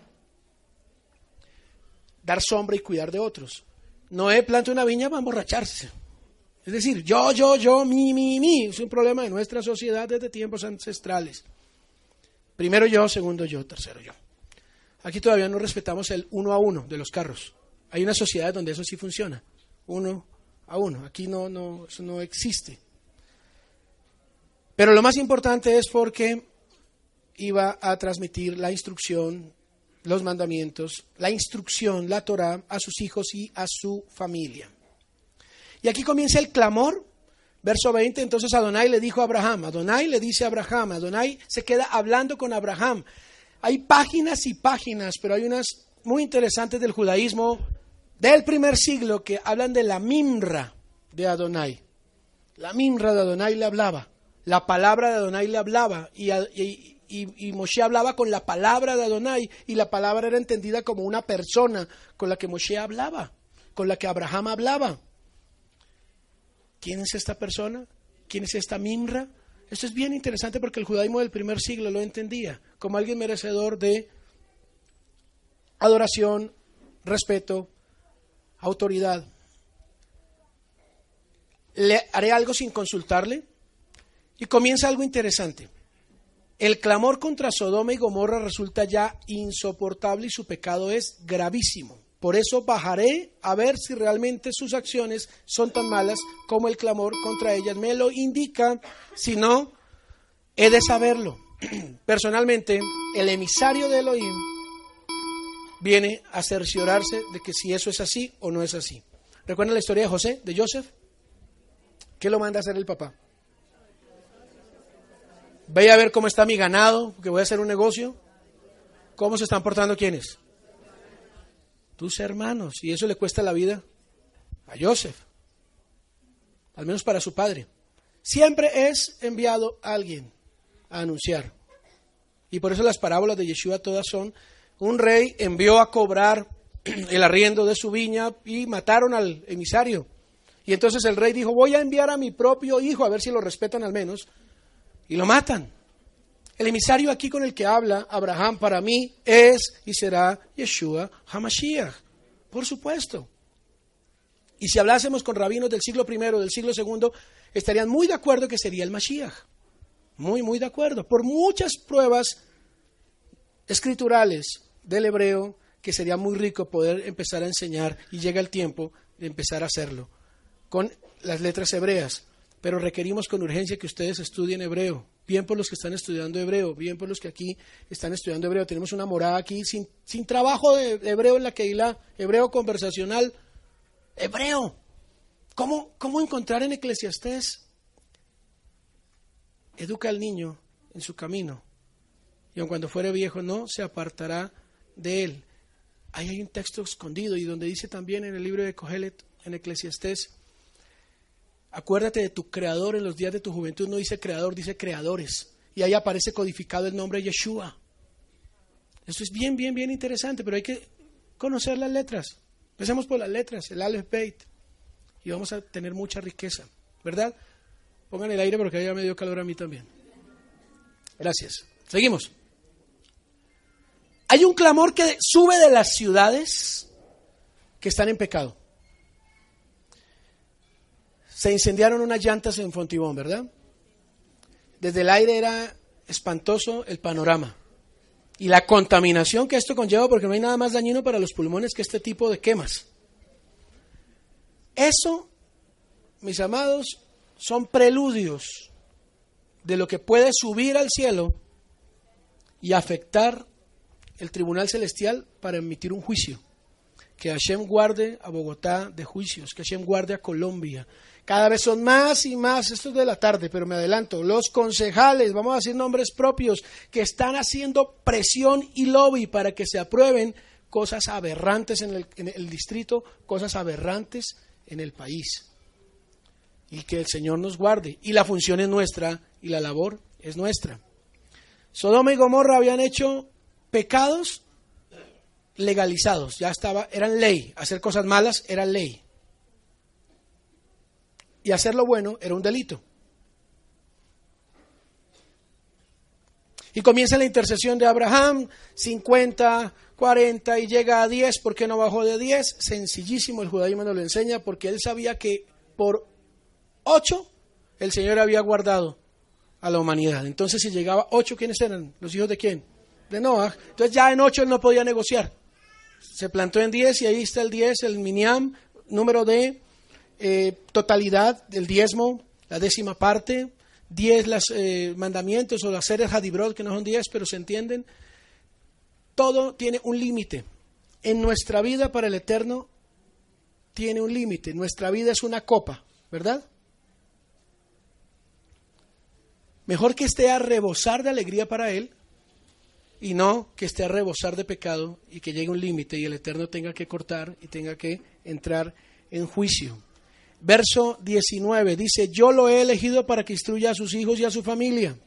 dar sombra y cuidar de otros. Noé planta una viña para emborracharse. Es decir, yo, mi. Es un problema de nuestra sociedad desde tiempos ancestrales. Primero yo, segundo yo, tercero yo. Aquí todavía no respetamos el 1 a 1 de los carros. Hay una sociedad donde eso sí funciona. 1 a 1. Aquí no, eso no existe. Pero lo más importante es porque iba a transmitir la instrucción, los mandamientos, la instrucción, la Torá, a sus hijos y a su familia. Y aquí comienza el clamor, verso 20, entonces Adonai le dijo a Abraham, Adonai le dice a Abraham, Adonai se queda hablando con Abraham. Hay páginas y páginas, pero hay unas muy interesantes del judaísmo del primer siglo que hablan de la mimra de Adonai. La mimra de Adonai le hablaba, la palabra de Adonai le hablaba y Moshe hablaba con la palabra de Adonai y la palabra era entendida como una persona con la que Moshe hablaba, con la que Abraham hablaba. ¿Quién es esta persona? ¿Quién es esta mimra? Esto es bien interesante porque el judaísmo del primer siglo lo entendía como alguien merecedor de adoración, respeto, autoridad. ¿Le haré algo sin consultarle? Y comienza algo interesante. El clamor contra Sodoma y Gomorra resulta ya insoportable y su pecado es gravísimo. Por eso bajaré a ver si realmente sus acciones son tan malas como el clamor contra ellas me lo indica. Si no, he de saberlo. Personalmente, el emisario de Elohim viene a cerciorarse de que si eso es así o no es así. ¿Recuerdan la historia de José, de Joseph? ¿Qué lo manda a hacer el papá? Ve a ver cómo está mi ganado, porque voy a hacer un negocio. ¿Cómo se están portando quiénes? Tus hermanos. Y eso le cuesta la vida a Joseph, al menos para su padre. Siempre es enviado a alguien a anunciar. Y por eso las parábolas de Yeshua todas son: un rey envió a cobrar el arriendo de su viña y mataron al emisario. Y entonces el rey dijo: voy a enviar a mi propio hijo, a ver si lo respetan al menos. Y lo matan. El emisario aquí con el que habla Abraham para mí es y será Yeshua HaMashiach, por supuesto. Y si hablásemos con rabinos del siglo I, del siglo II, estarían muy de acuerdo que sería el Mashiach. Muy de acuerdo. Por muchas pruebas escriturales del hebreo que sería muy rico poder empezar a enseñar, y llega el tiempo de empezar a hacerlo con las letras hebreas. Pero requerimos con urgencia que ustedes estudien hebreo. Bien por los que están estudiando hebreo, bien por los que aquí están estudiando hebreo. Tenemos una morada aquí sin trabajo de hebreo en la Keilah, hebreo conversacional, hebreo. ¿Cómo encontrar en Eclesiastés? Educa al niño en su camino, y aun cuando fuere viejo no se apartará de él. Ahí hay un texto escondido, y donde dice también en el libro de Kohelet, en Eclesiastés: acuérdate de tu creador en los días de tu juventud. No dice creador, dice creadores. Y ahí aparece codificado el nombre Yeshua. Esto es bien interesante, pero hay que conocer las letras. Empecemos por las letras, el Aleph Beit, y vamos a tener mucha riqueza, ¿verdad? Pongan el aire porque ya me dio calor a mí también. Gracias. Seguimos. Hay un clamor que sube de las ciudades que están en pecado. Se incendiaron unas llantas en Fontibón, ¿verdad? Desde el aire era espantoso el panorama. Y la contaminación que esto conlleva, porque no hay nada más dañino para los pulmones que este tipo de quemas. Eso, mis amados, son preludios de lo que puede subir al cielo y afectar el tribunal celestial para emitir un juicio. Que Hashem guarde a Bogotá de juicios, que Hashem guarde a Colombia. Cada vez son más y más, esto es de la tarde, pero me adelanto, los concejales, vamos a decir nombres propios, que están haciendo presión y lobby para que se aprueben cosas aberrantes en el distrito, cosas aberrantes en el país. Y que el Señor nos guarde. Y la función es nuestra y la labor es nuestra. Sodoma y Gomorra habían hecho pecados legalizados, eran ley. Hacer cosas malas era ley. Y hacer lo bueno era un delito. Y comienza la intercesión de Abraham, 50, 40 y llega a 10. ¿Por qué no bajó de 10? Sencillísimo, el judaísmo nos lo enseña, porque él sabía que por 8 el Señor había guardado a la humanidad. Entonces si llegaba 8, ¿quiénes eran? ¿Los hijos de quién? De Noah. Entonces ya en 8 él no podía negociar. Se plantó en 10 y ahí está el 10, el miniam, número de totalidad del diezmo, la 10ª parte, 10 los mandamientos o las seres hadibrot, que no son 10, pero se entienden. Todo tiene un límite. En nuestra vida para el Eterno tiene un límite. Nuestra vida es una copa, ¿verdad? Mejor que esté a rebosar de alegría para Él y no que esté a rebosar de pecado y que llegue un límite y el Eterno tenga que cortar y tenga que entrar en juicio. Verso 19 dice: yo lo he elegido para que instruya a sus hijos y a su familia.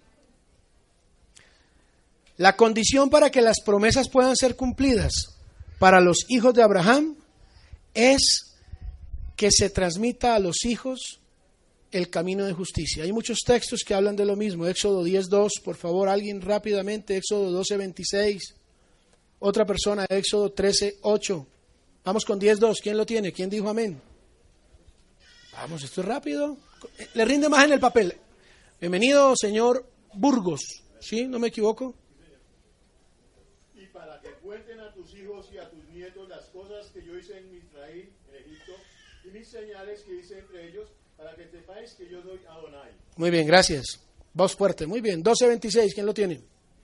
La condición para que las promesas puedan ser cumplidas para los hijos de Abraham es que se transmita a los hijos el camino de justicia. Hay muchos textos que hablan de lo mismo. Éxodo 10:2, por favor, alguien rápidamente. Éxodo 12:26. Otra persona, Éxodo 13:8. Vamos con 10:2. ¿Quién lo tiene? ¿Quién dijo amén? Vamos, esto es rápido. Le rinde más en el papel. Bienvenido, señor Burgos. ¿Sí? ¿No me equivoco? Y para que cuenten a tus hijos y a tus nietos las cosas que yo hice en Israel, en Egipto, y mis señales que hice entre ellos, para que sepáis que yo soy Adonai. Muy bien, gracias. Voz fuerte, muy bien. 12:26, ¿quién lo tiene?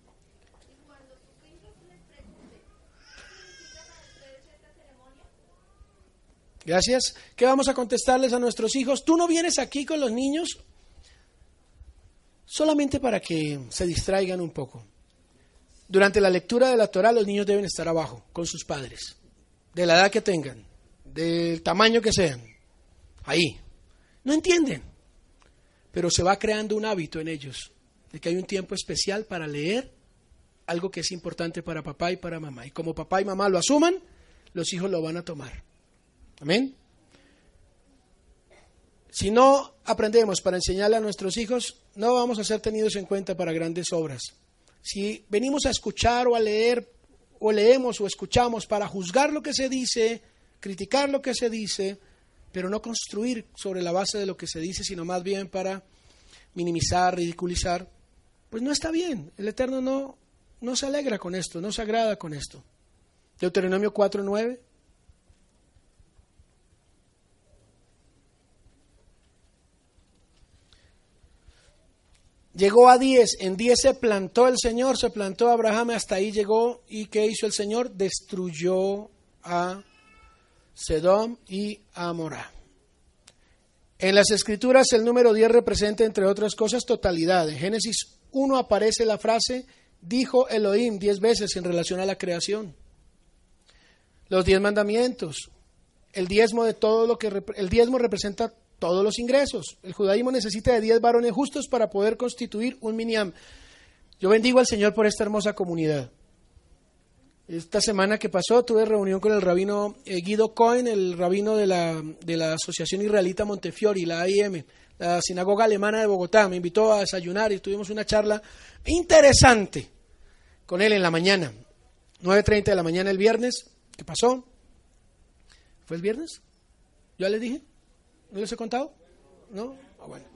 Gracias. ¿Qué vamos a contestarles a nuestros hijos? Tú no vienes aquí con los niños solamente para que se distraigan un poco. Durante la lectura de la Torá los niños deben estar abajo con sus padres, de la edad que tengan, del tamaño que sean, ahí. No entienden, pero se va creando un hábito en ellos, de que hay un tiempo especial para leer algo que es importante para papá y para mamá. Y como papá y mamá lo asuman, los hijos lo van a tomar. Amén. Si no aprendemos para enseñarle a nuestros hijos, no vamos a ser tenidos en cuenta para grandes obras. Si venimos a escuchar o a leer, o leemos o escuchamos para juzgar lo que se dice, criticar lo que se dice, pero no construir sobre la base de lo que se dice, sino más bien para minimizar, ridiculizar, pues no está bien. El Eterno no se alegra con esto, no se agrada con esto. Deuteronomio 4:9. Llegó a 10, en 10 se plantó el Señor, se plantó Abraham, hasta ahí llegó. ¿Y qué hizo el Señor? Destruyó a Sedom y a Amorá. En las Escrituras el número 10 representa, entre otras cosas, totalidad. En Génesis 1 aparece la frase, dijo Elohim 10 veces en relación a la creación. Los 10 mandamientos, el diezmo representa todos los ingresos. El judaísmo necesita de 10 varones justos para poder constituir un minyan. Yo bendigo al Señor por esta hermosa comunidad. Esta semana que pasó tuve reunión con el rabino Guido Cohen, el rabino de la Asociación Israelita Montefiori, la AIM, la sinagoga alemana de Bogotá. Me invitó a desayunar y tuvimos una charla interesante con él en la mañana, 9:30 de la mañana el viernes. ¿Qué pasó? ¿Fue el viernes? ¿Ya les dije? ¿No les he contado? ¿No? Bueno.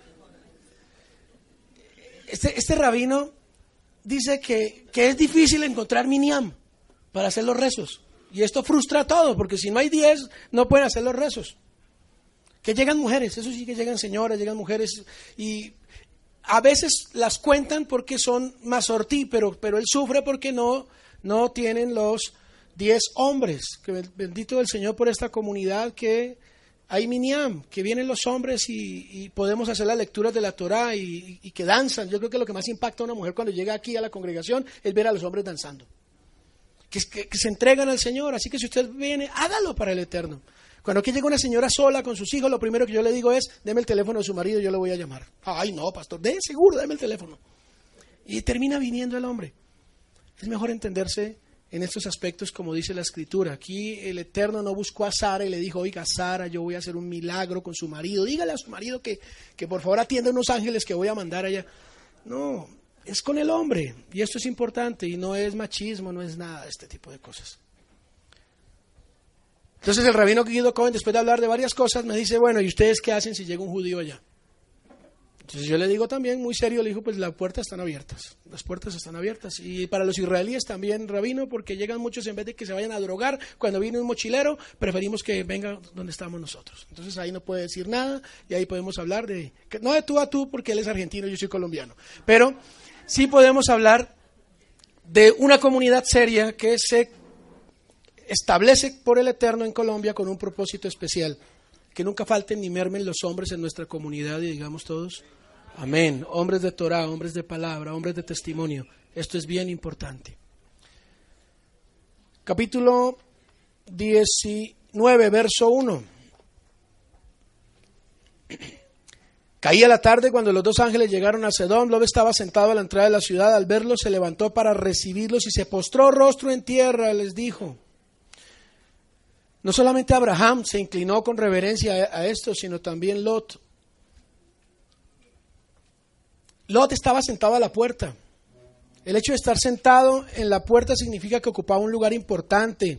Este rabino dice que es difícil encontrar minyan para hacer los rezos. Y esto frustra a todos, porque si no hay 10, no pueden hacer los rezos. Que llegan mujeres, eso sí que llegan señoras, llegan mujeres. Y a veces las cuentan porque son mazortí, pero él sufre porque no tienen los 10 hombres. Que bendito el Señor por esta comunidad que hay Minyan, que vienen los hombres y podemos hacer las lecturas de la Torá y que danzan. Yo creo que lo que más impacta a una mujer cuando llega aquí a la congregación es ver a los hombres danzando. Que se entregan al Señor. Así que si usted viene, hágalo para el Eterno. Cuando aquí llega una señora sola con sus hijos, lo primero que yo le digo es, deme el teléfono de su marido, yo le voy a llamar. Ay, no, pastor, seguro, deme el teléfono. Y termina viniendo el hombre. Es mejor entenderse en estos aspectos como dice la Escritura. Aquí el Eterno no buscó a Sara y le dijo, oiga, Sara, yo voy a hacer un milagro con su marido. Dígale a su marido que por favor atienda unos ángeles que voy a mandar allá. No, es con el hombre. Y esto es importante y no es machismo, no es nada de este tipo de cosas. Entonces el rabino Guido Cohen, después de hablar de varias cosas, me dice, bueno, ¿y ustedes qué hacen si llega un judío allá? Entonces yo le digo también, muy serio, le digo, pues las puertas están abiertas. Las puertas están abiertas. Y para los israelíes también, rabino, porque llegan muchos, en vez de que se vayan a drogar, cuando viene un mochilero, preferimos que venga donde estamos nosotros. Entonces ahí no puede decir nada y ahí podemos hablar no de tú a tú, porque él es argentino y yo soy colombiano. Pero sí podemos hablar de una comunidad seria que se establece por el Eterno en Colombia con un propósito especial. Que nunca falten ni mermen los hombres en nuestra comunidad y digamos todos, amén. Hombres de Torah, hombres de palabra, hombres de testimonio. Esto es bien importante. Capítulo 19, verso 1. Caía la tarde cuando los dos ángeles llegaron a Sedón. Lot estaba sentado a la entrada de la ciudad. Al verlos se levantó para recibirlos y se postró rostro en tierra. Les dijo. No solamente Abraham se inclinó con reverencia a esto, sino también Lot. Lot estaba sentado a la puerta. El hecho de estar sentado en la puerta significa que ocupaba un lugar importante.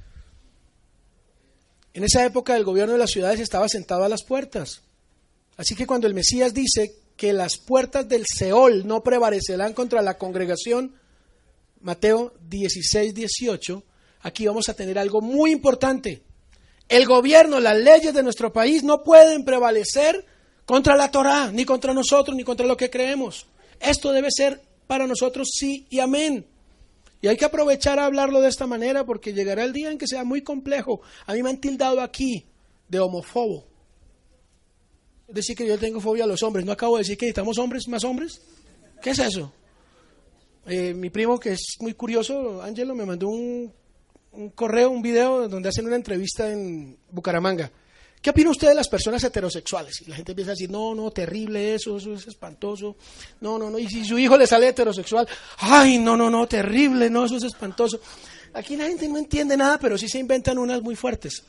En esa época el gobierno de las ciudades estaba sentado a las puertas. Así que cuando el Mesías dice que las puertas del Seol no prevalecerán contra la congregación, Mateo 16, 18, aquí vamos a tener algo muy importante. El gobierno, las leyes de nuestro país no pueden prevalecer contra la Torá, ni contra nosotros, ni contra lo que creemos. Esto debe ser para nosotros sí y amén. Y hay que aprovechar a hablarlo de esta manera porque llegará el día en que sea muy complejo. A mí me han tildado aquí de homofobo. Es decir, que yo tengo fobia a los hombres. ¿No acabo de decir que necesitamos hombres, más hombres? ¿Qué es eso? Mi primo, que es muy curioso, Ángelo, me mandó un correo, un video donde hacen una entrevista en Bucaramanga. ¿Qué opina usted de las personas heterosexuales? Y la gente empieza a decir, no, terrible eso es espantoso. No, y si su hijo le sale heterosexual, ay, no, terrible, no, eso es espantoso. Aquí la gente no entiende nada, pero sí se inventan unas muy fuertes.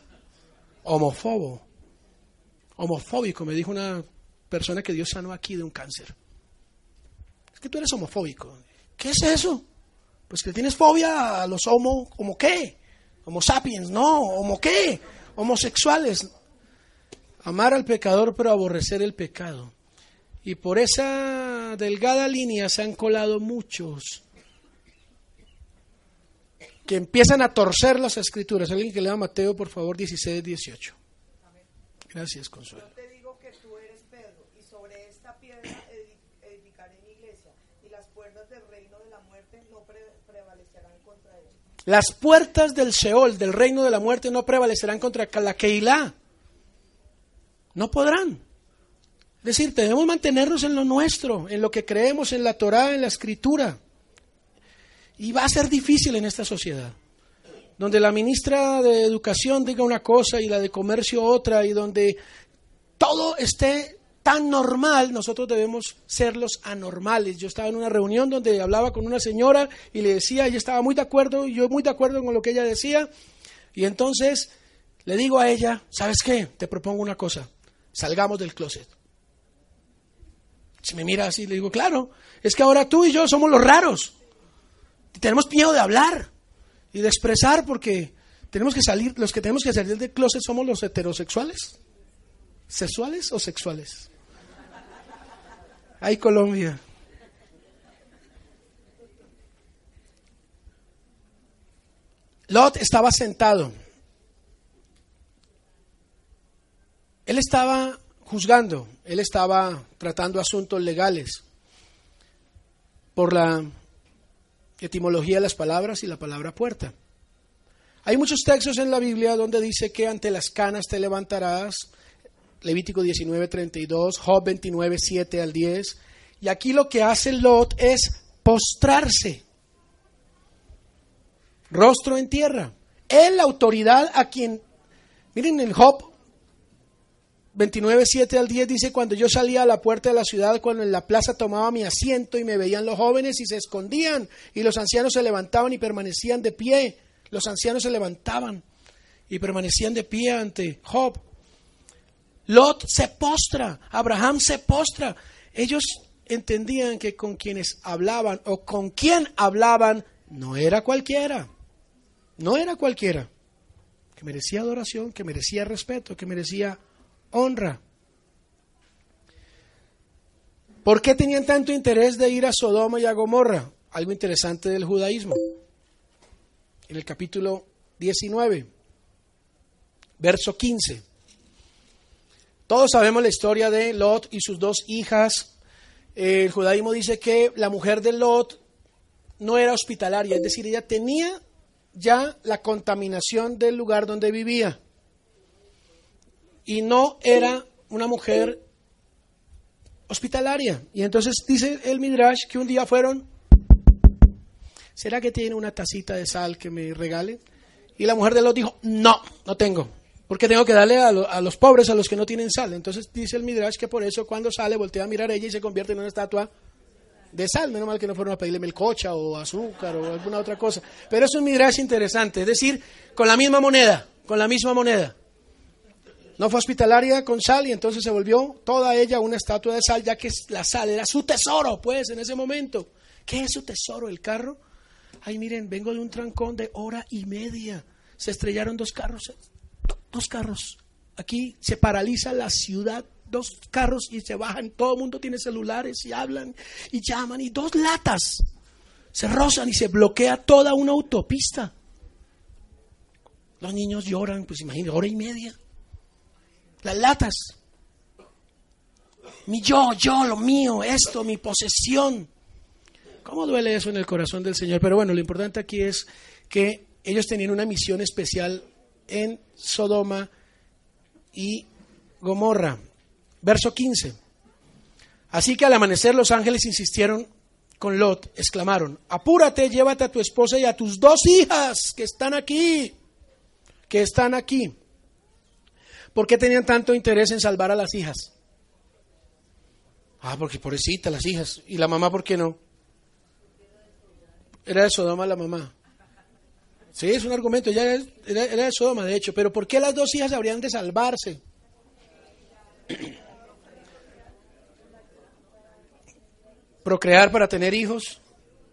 Homofóbico, me dijo una persona que Dios sanó aquí de un cáncer. Es que tú eres homofóbico. ¿Qué es eso? Pues que tienes fobia a los ¿homo qué? Homo sapiens, no, ¿homo qué? Homosexuales. Amar al pecador pero aborrecer el pecado. Y por esa delgada línea se han colado muchos que empiezan a torcer las escrituras. Alguien que lea Mateo, por favor, 16, 18. Gracias, Consuelo. Yo te digo que tú eres Pedro, y sobre esta piedra edificaré mi iglesia, y las puertas del reino de la muerte no prevalecerán contra ella. Las puertas del Seol, del reino de la muerte, no prevalecerán contra la Keilah. No podrán. Es decir, debemos mantenernos en lo nuestro, en lo que creemos, en la Torá, en la Escritura. Y va a ser difícil en esta sociedad, donde la ministra de Educación diga una cosa y la de Comercio otra, y donde todo esté tan normal, nosotros debemos ser los anormales. Yo estaba en una reunión donde hablaba con una señora y le decía, ella estaba muy de acuerdo, y yo muy de acuerdo con lo que ella decía, y entonces le digo a ella, ¿sabes qué? Te propongo una cosa, salgamos del closet. Se me mira así, le digo, claro, es que ahora tú y yo somos los raros, y tenemos miedo de hablar y de expresar porque tenemos que salir, los que tenemos que salir del closet somos los heterosexuales. ¿Sexuales o sexuales? ¡Ay, Colombia! Lot estaba sentado. Él estaba juzgando, él estaba tratando asuntos legales por la etimología de las palabras y la palabra puerta. Hay muchos textos en la Biblia donde dice que ante las canas te levantarás, Levítico 19:32, Job 29:7 al 10, y aquí lo que hace Lot es postrarse, rostro en tierra. Él, la autoridad a quien, miren en Job 29:7 al 10 dice: cuando yo salía a la puerta de la ciudad, cuando en la plaza tomaba mi asiento y me veían los jóvenes y se escondían, y los ancianos se levantaban y permanecían de pie. Los ancianos se levantaban y permanecían de pie ante Job. Lot se postra, Abraham se postra. Ellos entendían que con quienes hablaban o con quien hablaban no era cualquiera, que merecía adoración, que merecía respeto, que merecía honra. ¿Por qué tenían tanto interés de ir a Sodoma y a Gomorra? Algo interesante del judaísmo. En el capítulo 19, verso 15. Todos sabemos la historia de Lot y sus dos hijas. El judaísmo dice que la mujer de Lot no era hospitalaria, es decir, ella tenía ya la contaminación del lugar donde vivía. Y no era una mujer hospitalaria. Y entonces dice el Midrash que un día fueron: ¿será que tiene una tacita de sal que me regale? Y la mujer de Lot dijo: no tengo, porque tengo que darle a los pobres, a los que no tienen sal. Entonces dice el Midrash que por eso cuando sale voltea a mirar a ella y se convierte en una estatua de sal. Menos mal que no fueron a pedirle melcocha o azúcar o alguna otra cosa. Pero es un Midrash interesante, es decir, con la misma moneda. No fue hospitalaria con sal y entonces se volvió toda ella una estatua de sal, ya que la sal era su tesoro, pues, en ese momento. ¿Qué es su tesoro? ¿El carro? Ay, miren, vengo de un trancón de 1:30. Se estrellaron dos carros. Aquí se paraliza la ciudad, 2 carros y se bajan. Todo el mundo tiene celulares y hablan y llaman y 2 latas se rozan y se bloquea toda una autopista. Los niños lloran, pues imagínate, 1:30. Las latas. Lo mío, esto, mi posesión. ¿Cómo duele eso en el corazón del Señor? Pero bueno, lo importante aquí es que ellos tenían una misión especial en Sodoma y Gomorra. Verso 15. Así que al amanecer los ángeles insistieron con Lot, exclamaron: apúrate, llévate a tu esposa y a tus 2 hijas que están aquí. ¿Por qué tenían tanto interés en salvar a las hijas? Porque pobrecita las hijas. ¿Y la mamá por qué no? Era de Sodoma la mamá. Sí, es un argumento, ella era de Sodoma, de hecho. Pero ¿por qué las 2 hijas habrían de salvarse? Procrear para tener hijos.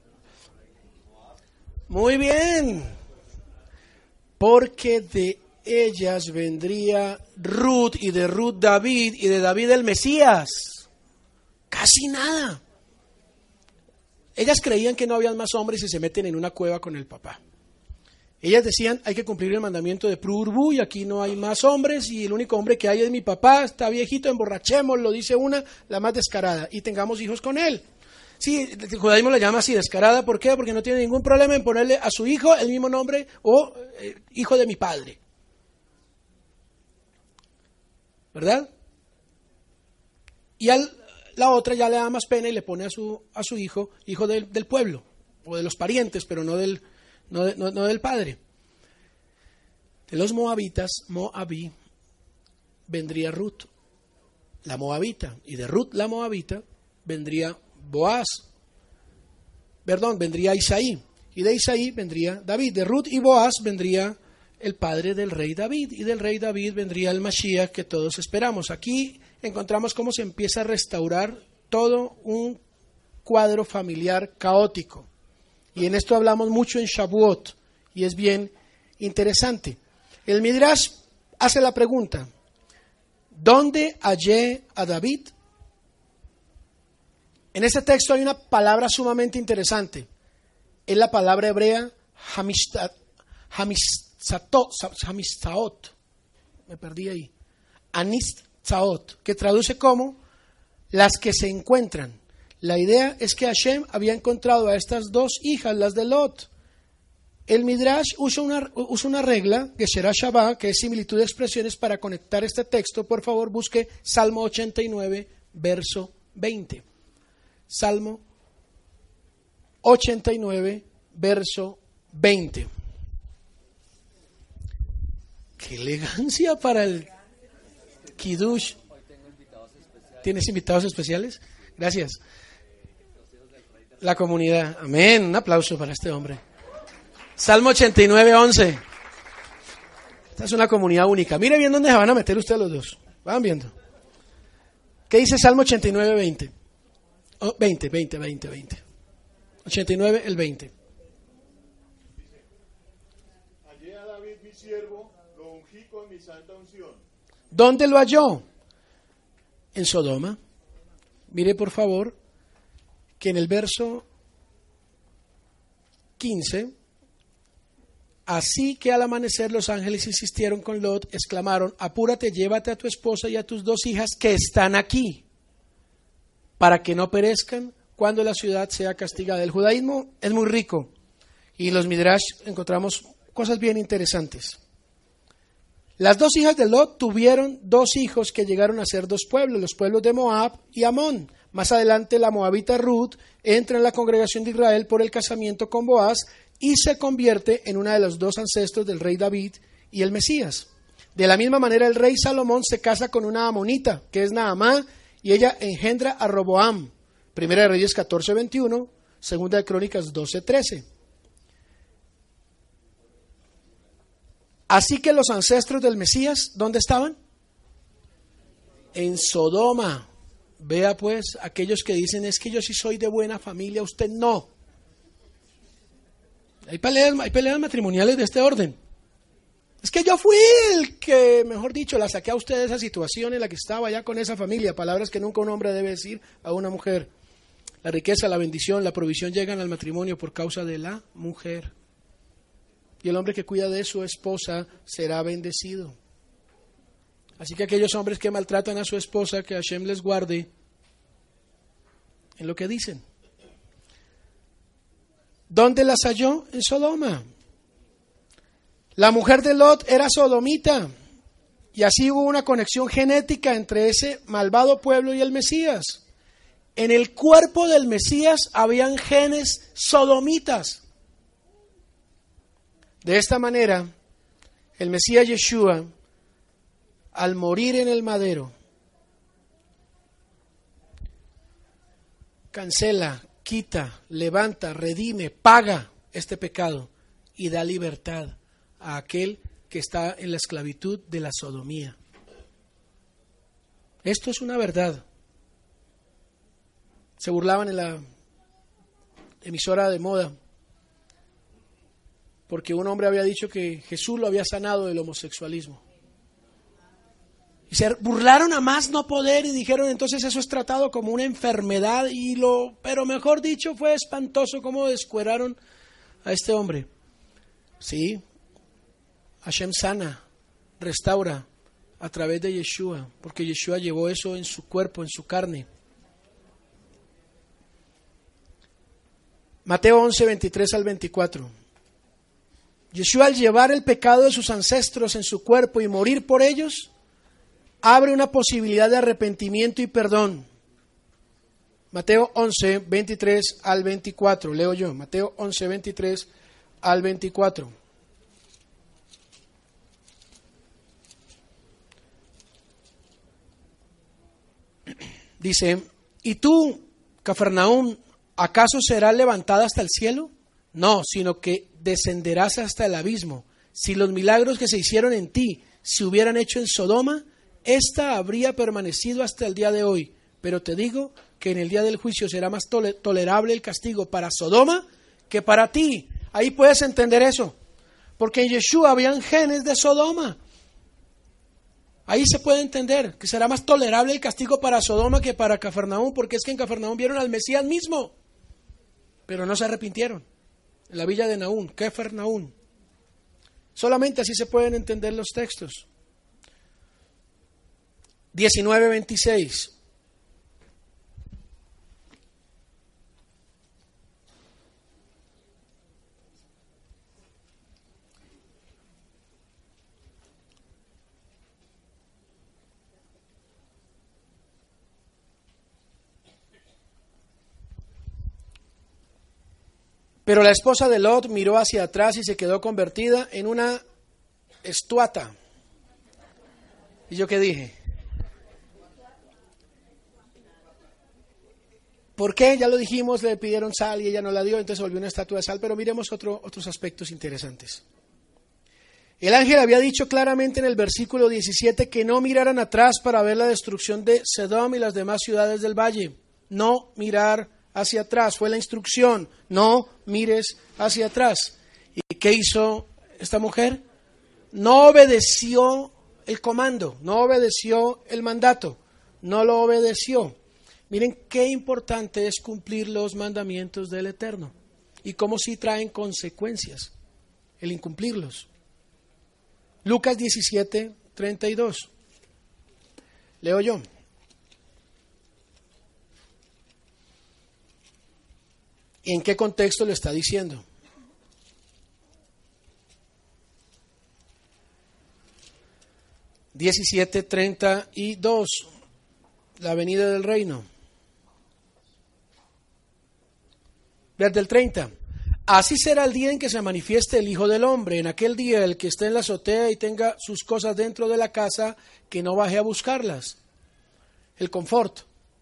Muy bien. Porque de ellas vendría Ruth, y de Ruth David, y de David el Mesías. Casi nada. Ellas creían que no habían más hombres y se meten en una cueva con el papá. Ellas decían: hay que cumplir el mandamiento de Prurbu y aquí no hay más hombres y el único hombre que hay es mi papá, está viejito, emborrachémoslo, dice una, la más descarada, y tengamos hijos con él. Sí, el judaísmo la llama así, descarada. ¿Por qué? Porque no tiene ningún problema en ponerle a su hijo el mismo nombre o hijo de mi padre. ¿Verdad? Y la otra ya le da más pena y le pone a su hijo del pueblo o de los parientes, pero no del padre. De los moabitas, Moabí, vendría Ruth, la moabita, y de Ruth la moabita vendría vendría Isaí, y de Isaí vendría David. De Ruth y Boaz vendría el padre del rey David, y del rey David vendría el Mashiach que todos esperamos. Aquí encontramos cómo se empieza a restaurar todo un cuadro familiar caótico. Y en esto hablamos mucho en Shavuot, y es bien interesante. El Midrash hace la pregunta: ¿dónde hallé a David? En este texto hay una palabra sumamente interesante. Es la palabra hebrea hamistaot. Me perdí ahí. Tzaot, que traduce como las que se encuentran. La idea es que Hashem había encontrado a estas dos hijas, las de Lot. El Midrash usa una regla, Gesherah Shabbat, que es similitud de expresiones para conectar este texto. Por favor, busque Salmo 89, verso 20. Salmo 89, verso 20. ¡Qué elegancia para el Kiddush! ¿Tienes invitados especiales? Gracias. La comunidad. Amén. Un aplauso para este hombre. Salmo 89, 11. Esta es una comunidad única. Mire bien dónde se van a meter ustedes los dos. Van viendo. ¿Qué dice Salmo 89, 20? 20. 89, el 20. Hallé a David mi siervo, lo ungí con mi santa unción. ¿Dónde lo halló? En Sodoma. Mire por favor que en el verso 15, así que al amanecer los ángeles insistieron con Lot, exclamaron, apúrate, llévate a tu esposa y a tus dos hijas que están aquí, para que no perezcan cuando la ciudad sea castigada. El judaísmo es muy rico y en los Midrash encontramos cosas bien interesantes. Las dos hijas de Lot tuvieron dos hijos que llegaron a ser dos pueblos, los pueblos de Moab y Amón. Más adelante la moabita Ruth entra en la congregación de Israel por el casamiento con Boaz y se convierte en una de los dos ancestros del rey David y el Mesías. De la misma manera el rey Salomón se casa con una amonita, que es Naamá, y ella engendra a Roboam. Primera de Reyes 14:21, Segunda de Crónicas 12:13. Así que los ancestros del Mesías, ¿dónde estaban? En Sodoma. Vea pues, aquellos que dicen, es que yo sí soy de buena familia, usted no. Hay peleas matrimoniales de este orden. Es que yo fui el que, mejor dicho, la saqué a usted de esa situación en la que estaba ya con esa familia. Palabras que nunca un hombre debe decir a una mujer. La riqueza, la bendición, la provisión llegan al matrimonio por causa de la mujer. Y el hombre que cuida de su esposa será bendecido. Así que aquellos hombres que maltratan a su esposa, que Hashem les guarde en lo que dicen. ¿Dónde las halló? En Sodoma. La mujer de Lot era sodomita. Y así hubo una conexión genética entre ese malvado pueblo y el Mesías. En el cuerpo del Mesías habían genes sodomitas. De esta manera, el Mesías Yeshua, al morir en el madero, cancela, quita, levanta, redime, paga este pecado y da libertad a aquel que está en la esclavitud de la sodomía. Esto es una verdad. Se burlaban en la emisora de moda porque un hombre había dicho que Jesús lo había sanado del homosexualismo. Y se burlaron a más no poder y dijeron, entonces eso es tratado como una enfermedad, pero mejor dicho, fue espantoso cómo descueraron a este hombre. Sí, Hashem sana, restaura a través de Yeshua, porque Yeshua llevó eso en su cuerpo, en su carne. Mateo 11, 23 al 24. Yeshua, al llevar el pecado de sus ancestros en su cuerpo y morir por ellos, abre una posibilidad de arrepentimiento y perdón. Mateo 11, 23 al 24. Leo yo. Mateo 11, 23 al 24. Dice, ¿y tú, Cafarnaúm, acaso serás levantada hasta el cielo? No, sino que descenderás hasta el abismo. Si los milagros que se hicieron en ti se hubieran hecho en Sodoma, esta habría permanecido hasta el día de hoy. Pero te digo que en el día del juicio será más tolerable el castigo para Sodoma que para ti. Ahí puedes entender eso. Porque en Yeshua habían genes de Sodoma. Ahí se puede entender que será más tolerable el castigo para Sodoma que para Cafarnaúm, porque es que en Cafarnaúm vieron al Mesías mismo, pero no se arrepintieron. En la villa de Naúm, Cafarnaúm. Solamente así se pueden entender los textos. 19:26. Pero la esposa de Lot miró hacia atrás y se quedó convertida en una estuata. ¿Y yo qué dije? ¿Por qué? Ya lo dijimos, le pidieron sal y ella no la dio, entonces volvió una estatua de sal. Pero miremos otros aspectos interesantes. El ángel había dicho claramente en el versículo 17 que no miraran atrás para ver la destrucción de Sedom y las demás ciudades del valle. No mirar hacia atrás, fue la instrucción, no mires hacia atrás. ¿Y qué hizo esta mujer? No obedeció el comando, no obedeció el mandato, no lo obedeció. Miren qué importante es cumplir los mandamientos del Eterno y cómo sí traen consecuencias el incumplirlos. Lucas 17:32. Leo yo. ¿Y en qué contexto lo está diciendo? (17:32) la venida del reino. Desde el 30. Así será el día en que se manifieste el Hijo del Hombre. En aquel día el que esté en la azotea y tenga sus cosas dentro de la casa, que no baje a buscarlas. El confort.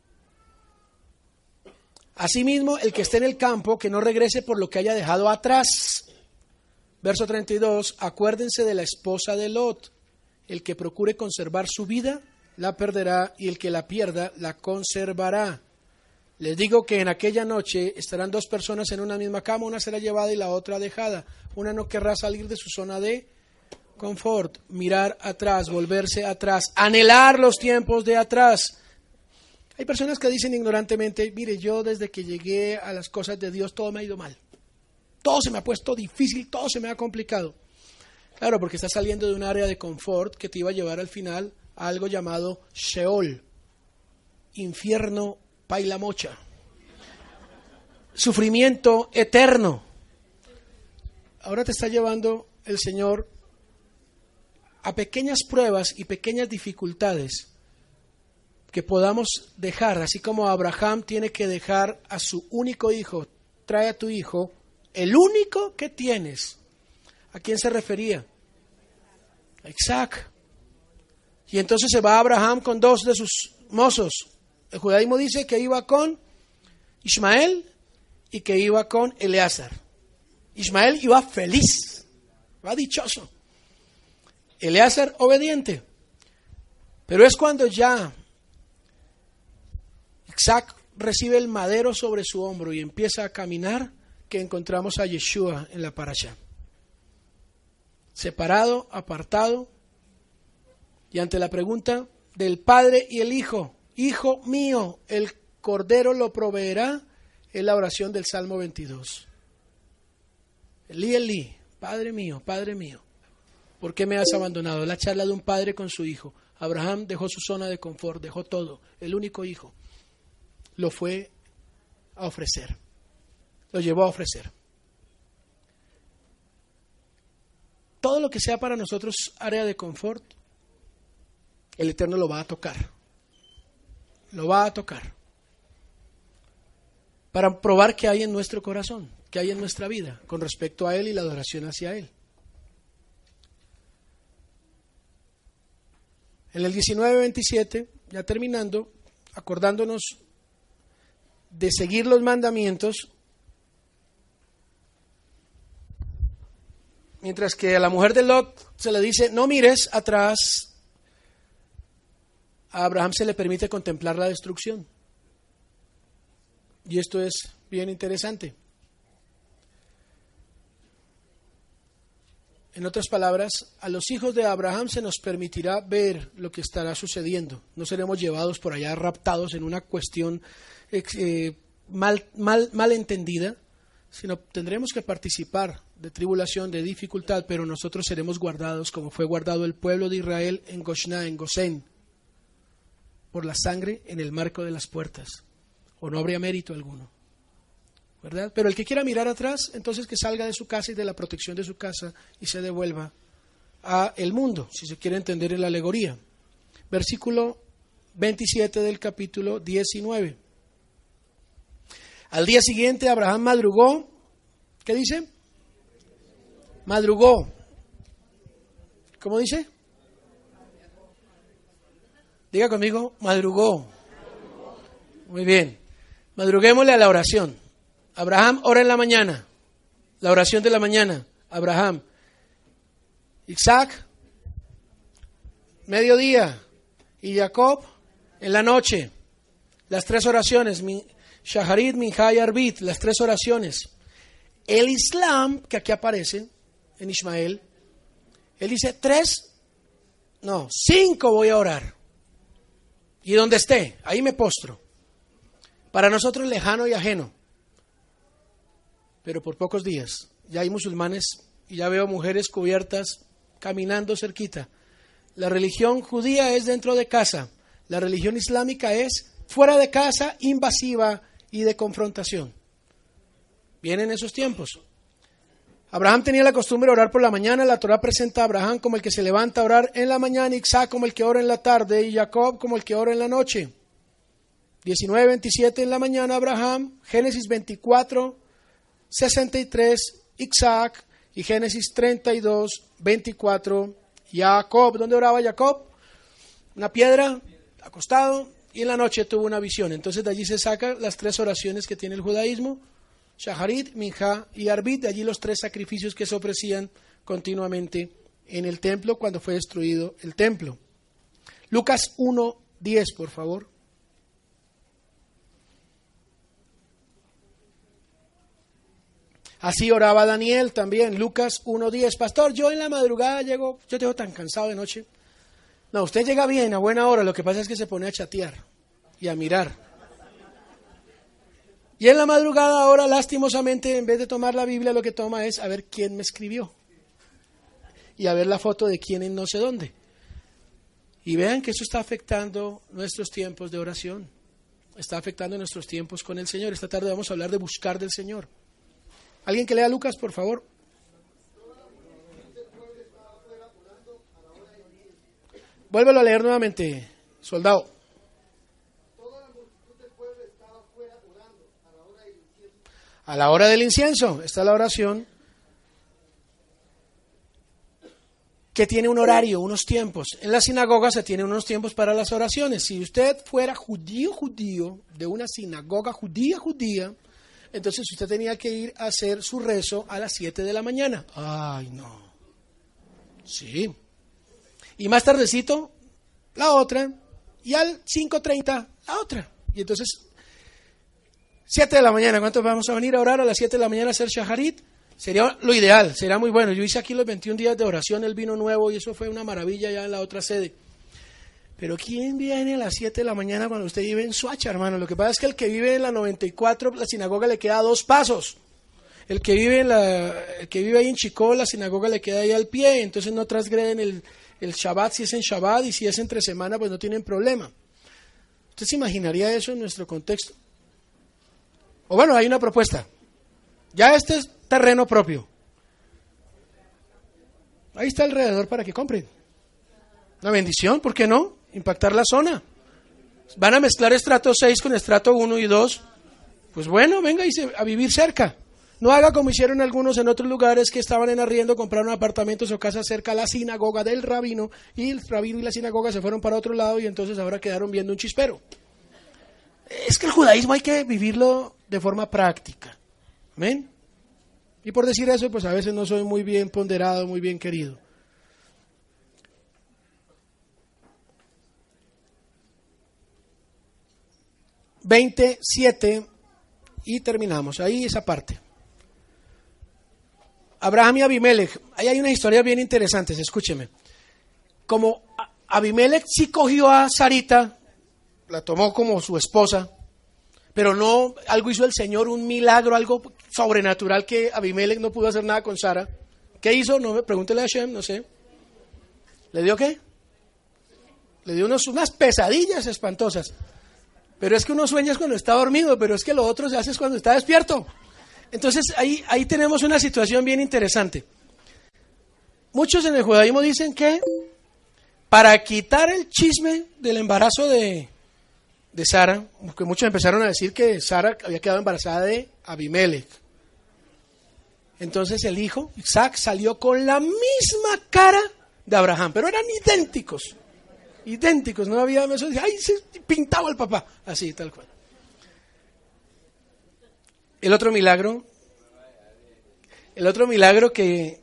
Asimismo, el que esté en el campo, que no regrese por lo que haya dejado atrás. Verso 32, acuérdense de la esposa de Lot. El que procure conservar su vida, la perderá, y el que la pierda, la conservará. Les digo que en aquella noche estarán dos personas en una misma cama, una será llevada y la otra dejada. Una no querrá salir de su zona de confort, mirar atrás, volverse atrás, anhelar los tiempos de atrás. Hay personas que dicen ignorantemente, mire, yo desde que llegué a las cosas de Dios todo me ha ido mal. Todo se me ha puesto difícil, todo se me ha complicado. Claro, porque estás saliendo de un área de confort que te iba a llevar al final a algo llamado Sheol, infierno pailamocha, sufrimiento eterno. Ahora te está llevando el Señor a pequeñas pruebas y pequeñas dificultades que podamos dejar, así como Abraham tiene que dejar a su único hijo. Trae a tu hijo, el único que tienes. ¿A quién se refería? A Isaac. Y entonces se va Abraham con dos de sus mozos. El judaísmo dice que iba con Ismael y que iba con Eleazar. Ismael iba feliz, va dichoso. Eleazar obediente. Pero es cuando ya Isaac recibe el madero sobre su hombro y empieza a caminar que encontramos a Yeshua en la parashá. Separado, apartado, y ante la pregunta del padre y el hijo, hijo mío, el cordero lo proveerá, es la oración del Salmo 22. Elí, Elí, Padre mío, ¿por qué me has abandonado? Es la charla de un padre con su hijo. Abraham dejó su zona de confort, dejó todo, el único hijo. Lo fue a ofrecer, lo llevó a ofrecer. Todo lo que sea para nosotros área de confort, el Eterno lo va a tocar. Lo va a tocar. Para probar qué hay en nuestro corazón, qué hay en nuestra vida con respecto a Él y la adoración hacia Él. En el 19:27, ya terminando, acordándonos de seguir los mandamientos, mientras que a la mujer de Lot se le dice, no mires atrás, a Abraham se le permite contemplar la destrucción. Y esto es bien interesante. En otras palabras, a los hijos de Abraham se nos permitirá ver lo que estará sucediendo. No seremos llevados por allá raptados en una cuestión mal entendida, sino tendremos que participar de tribulación, de dificultad, pero nosotros seremos guardados como fue guardado el pueblo de Israel en Goshná, en Gosén. por la sangre en el marco de las puertas, o no habría mérito alguno, ¿verdad? Pero el que quiera mirar atrás, entonces que salga de su casa y de la protección de su casa y se devuelva a el mundo, si se quiere entender en la alegoría. Versículo 27 del capítulo 19. Al día siguiente Abraham madrugó. ¿Qué dice? Madrugó. ¿Cómo dice? Diga conmigo, madrugó. Muy bien. Madruguémosle a la oración. Abraham ora en la mañana. La oración de la mañana. Abraham. Isaac, mediodía. Y Jacob, en la noche. Las tres oraciones. Shaharit, Minjá y Arbit. Las tres oraciones. El Islam, que aquí aparece en Ismael, él dice 5 voy a orar. Y donde esté, ahí me postro. Para nosotros lejano y ajeno. Pero por pocos días. Ya hay musulmanes y ya veo mujeres cubiertas caminando cerquita. La religión judía es dentro de casa. La religión islámica es fuera de casa, invasiva y de confrontación. Vienen esos tiempos. Abraham tenía la costumbre de orar por la mañana. La Torá presenta a Abraham como el que se levanta a orar en la mañana, Isaac como el que ora en la tarde y Jacob como el que ora en la noche. 19:27 en la mañana Abraham, Génesis 24:63 Isaac y Génesis 32:24 Jacob. ¿Dónde oraba Jacob? Una piedra, acostado, y en la noche tuvo una visión. Entonces de allí se sacan las tres oraciones que tiene el judaísmo. Shaharit, Minjá y Arbit, de allí los tres sacrificios que se ofrecían continuamente en el templo cuando fue destruido el templo. Lucas 1:10, por favor. Así oraba Daniel también, Lucas 1:10. Pastor, yo en la madrugada llego tan cansado de noche. No, usted llega bien, a buena hora, lo que pasa es que se pone a chatear y a mirar. Y en la madrugada ahora, lastimosamente, en vez de tomar la Biblia, lo que toma es a ver quién me escribió. Y a ver la foto de quién en no sé dónde. Y vean que eso está afectando nuestros tiempos de oración. Está afectando nuestros tiempos con el Señor. Esta tarde vamos a hablar de buscar del Señor. ¿Alguien que lea Lucas, por favor? Vuélvelo a leer nuevamente, soldado. A la hora del incienso está la oración que tiene un horario, unos tiempos. En la sinagoga se tienen unos tiempos para las oraciones. Si usted fuera judío, de una sinagoga judía, entonces usted tenía que ir a hacer su rezo a las 7 de la mañana. Ay, no. Sí. Y más tardecito, la otra. Y al 5:30, la otra. Y entonces 7 de la mañana, ¿cuántos vamos a venir a orar a las 7 de la mañana a hacer shaharit? Sería lo ideal, será muy bueno. Yo hice aquí los 21 días de oración, el vino nuevo, y eso fue una maravilla ya en la otra sede. Pero ¿quién viene a las 7 de la mañana cuando usted vive en Suacha, hermano? Lo que pasa es que el que vive en la 94, la sinagoga le queda a 2 pasos. El que vive ahí en Chicó, la sinagoga le queda ahí al pie, entonces no transgreden el Shabbat si es en Shabbat, y si es entre semana, pues no tienen problema. ¿Usted se imaginaría eso en nuestro contexto? O bueno, hay una propuesta. Ya este es terreno propio. Ahí está alrededor para que compren. Una bendición, ¿por qué no? Impactar la zona. Van a mezclar estrato 6 con estrato 1 y 2. Pues bueno, venga a vivir cerca. No haga como hicieron algunos en otros lugares que estaban en arriendo, compraron apartamentos o casas cerca a la sinagoga del rabino, y el rabino y la sinagoga se fueron para otro lado y entonces ahora quedaron viendo un chispero. Es que el judaísmo hay que vivirlo de forma práctica. ¿Amén? Y por decir eso, pues a veces no soy muy bien ponderado, muy bien querido. (27) y terminamos. Ahí esa parte. Abraham y Abimelech. Ahí hay unas historias bien interesantes, escúcheme. Como Abimelech sí cogió a Sarita, la tomó como su esposa, pero no, algo hizo el Señor, un milagro, algo sobrenatural que Abimelech no pudo hacer nada con Sara. ¿Qué hizo? No, pregúntele a Hashem, no sé. ¿Le dio qué? Le dio unas pesadillas espantosas. Pero es que uno sueña cuando está dormido, pero es que lo otro se hace cuando está despierto. Entonces ahí tenemos una situación bien interesante. Muchos en el judaísmo dicen que para quitar el chisme del embarazo de Sara, porque muchos empezaron a decir que Sara había quedado embarazada de Abimelech. Entonces el hijo, Isaac, salió con la misma cara de Abraham, pero eran idénticos, no había eso, ay, se pintaba el papá, así, tal cual. El otro milagro que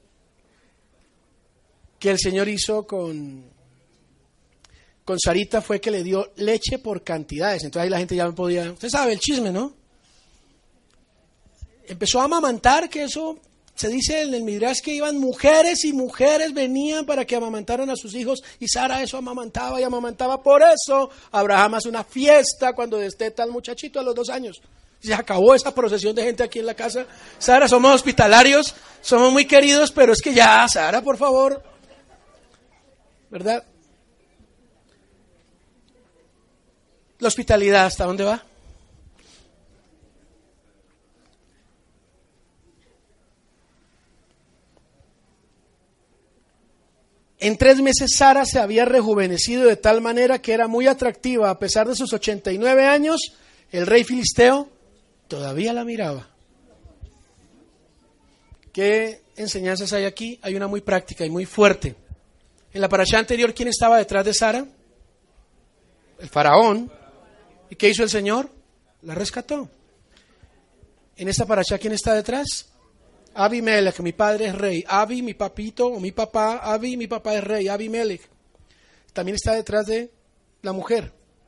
el Señor hizo con Sarita fue que le dio leche por cantidades. Entonces ahí la gente ya no podía, usted sabe el chisme, ¿no? Empezó a amamantar, que eso se dice en el Midrash que iban mujeres y mujeres venían para que amamantaran a sus hijos, y Sara eso amamantaba y amamantaba. Por eso Abraham hace una fiesta cuando desteta al muchachito a los 2 años. Se acabó esa procesión de gente aquí en la casa. Sara, somos hospitalarios, somos muy queridos, pero es que ya, Sara, por favor, ¿verdad? La hospitalidad, ¿hasta dónde va? En 3 meses Sara se había rejuvenecido de tal manera que era muy atractiva. A pesar de sus 89 años, el rey filisteo todavía la miraba. ¿Qué enseñanzas hay aquí? Hay una muy práctica y muy fuerte. En la parashá anterior, ¿quién estaba detrás de Sara? El faraón. ¿Y qué hizo el Señor? La rescató. En esta parashá, ¿quién está detrás? Abimelech, mi padre es rey. Abi, mi papito, o mi papá. Abi, mi papá es rey. Abimelech. También está detrás de la mujer.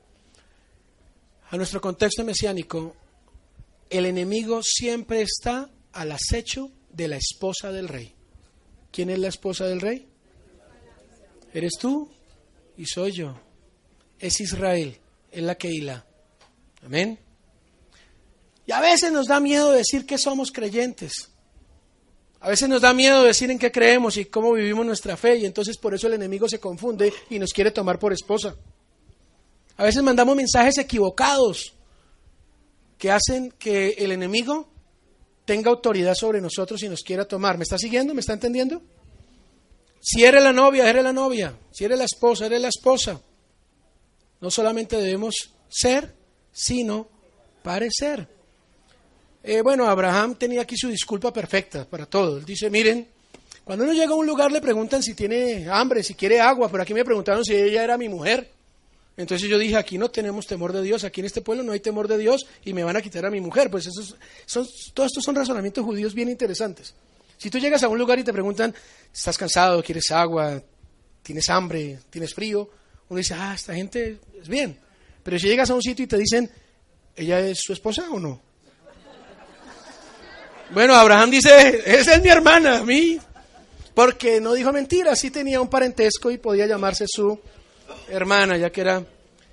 A nuestro contexto mesiánico, el enemigo siempre está al acecho de la esposa del rey. ¿Quién es la esposa del rey? Eres tú y soy yo. Es Israel, es la Keilah. Amén. Y a veces nos da miedo decir que somos creyentes. A veces nos da miedo decir en qué creemos y cómo vivimos nuestra fe, y entonces por eso el enemigo se confunde y nos quiere tomar por esposa. A veces mandamos mensajes equivocados que hacen que el enemigo tenga autoridad sobre nosotros y nos quiera tomar. ¿Me está siguiendo? ¿Me está entendiendo? Si eres la novia, eres la novia. Si eres la esposa, eres la esposa. No solamente debemos ser, sino parecer. Abraham tenía aquí su disculpa perfecta para todo. Él dice, miren, cuando uno llega a un lugar le preguntan si tiene hambre, si quiere agua, pero aquí me preguntaron si ella era mi mujer. Entonces yo dije, aquí no tenemos temor de Dios, aquí en este pueblo no hay temor de Dios y me van a quitar a mi mujer. Pues todos estos son razonamientos judíos bien interesantes. Si tú llegas a un lugar y te preguntan, ¿estás cansado? ¿Quieres agua? ¿Tienes hambre? ¿Tienes frío? Uno dice, esta gente es bien. Pero si llegas a un sitio y te dicen, ¿ella es su esposa o no? Bueno, Abraham dice, esa es mi hermana, a mí, porque no dijo mentira, sí tenía un parentesco y podía llamarse su hermana, ya que era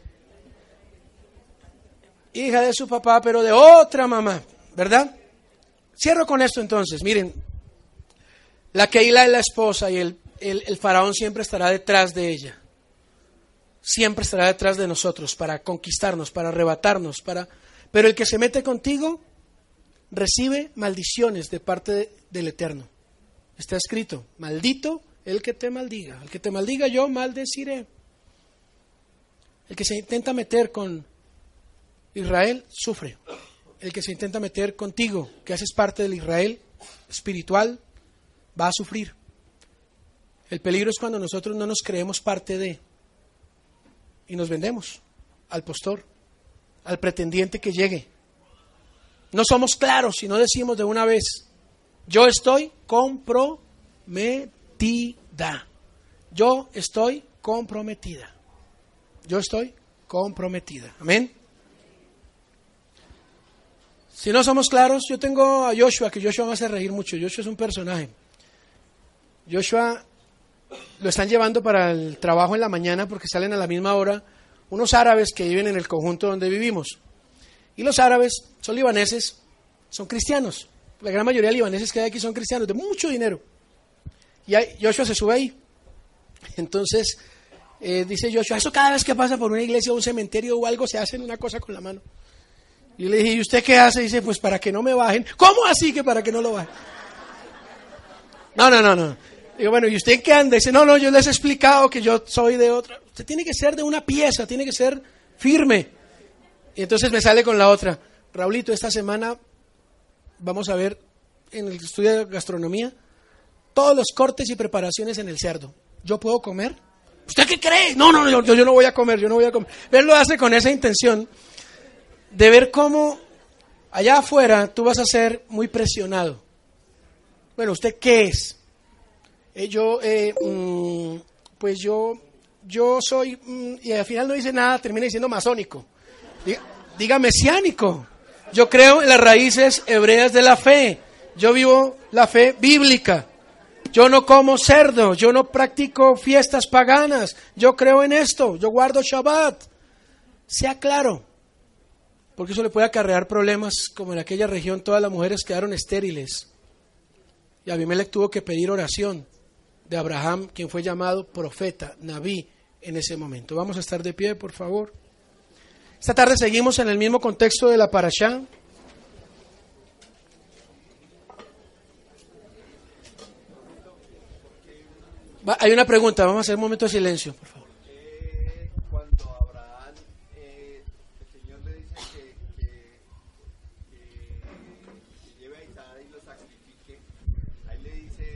hija de su papá, pero de otra mamá, ¿verdad? Cierro con esto entonces, miren, la Keilah es la esposa y el faraón siempre estará detrás de ella, siempre estará detrás de nosotros para conquistarnos, para arrebatarnos, pero el que se mete contigo recibe maldiciones de parte del Eterno. Está escrito, maldito el que te maldiga. El que te maldiga yo maldeciré. El que se intenta meter con Israel sufre. El que se intenta meter contigo, que haces parte del Israel espiritual, va a sufrir. El peligro es cuando nosotros no nos creemos parte de y nos vendemos al postor, al pretendiente que llegue. No somos claros si no decimos de una vez, yo estoy comprometida. Yo estoy comprometida. Yo estoy comprometida. Amén. Si no somos claros, yo tengo a Joshua, que Joshua me hace reír mucho. Joshua es un personaje. Joshua lo están llevando para el trabajo en la mañana porque salen a la misma hora unos árabes que viven en el conjunto donde vivimos. Y los árabes son libaneses, son cristianos. La gran mayoría de libaneses que hay aquí son cristianos, de mucho dinero. Y Joshua se sube ahí. Entonces, dice Joshua, eso cada vez que pasa por una iglesia o un cementerio o algo, se hacen una cosa con la mano. Y le dije, ¿y usted qué hace? Dice, pues para que no me bajen. ¿Cómo así que para que no lo bajen? No. Digo, bueno, ¿y usted en qué anda? Dice, no, yo les he explicado que yo soy de otra. Usted tiene que ser de una pieza, tiene que ser firme. Y entonces me sale con la otra. Raulito, esta semana vamos a ver en el estudio de gastronomía todos los cortes y preparaciones en el cerdo. ¿Yo puedo comer? ¿Usted qué cree? No, yo no voy a comer, Él lo hace con esa intención de ver cómo allá afuera tú vas a ser muy presionado. Bueno, ¿usted qué es? Yo soy, y al final no dice nada, termina diciendo masónico. Diga mesiánico. Yo creo en las raíces hebreas de la fe. Yo vivo la fe bíblica. Yo no como cerdo, yo no practico fiestas paganas. Yo creo en esto, yo guardo Shabbat. Sea claro, porque eso le puede acarrear problemas, como en aquella región todas las mujeres quedaron estériles. Y Abimelech tuvo que pedir oración de Abraham, quien fue llamado profeta, Nabí, en ese momento. Vamos a estar de pie, por favor. Esta tarde seguimos en el mismo contexto de la parashá. Hay una pregunta, vamos a hacer un momento de silencio, por favor. Cuando Abraham, el Señor le dice que lleve a Isaac y lo sacrifique, ahí le dice...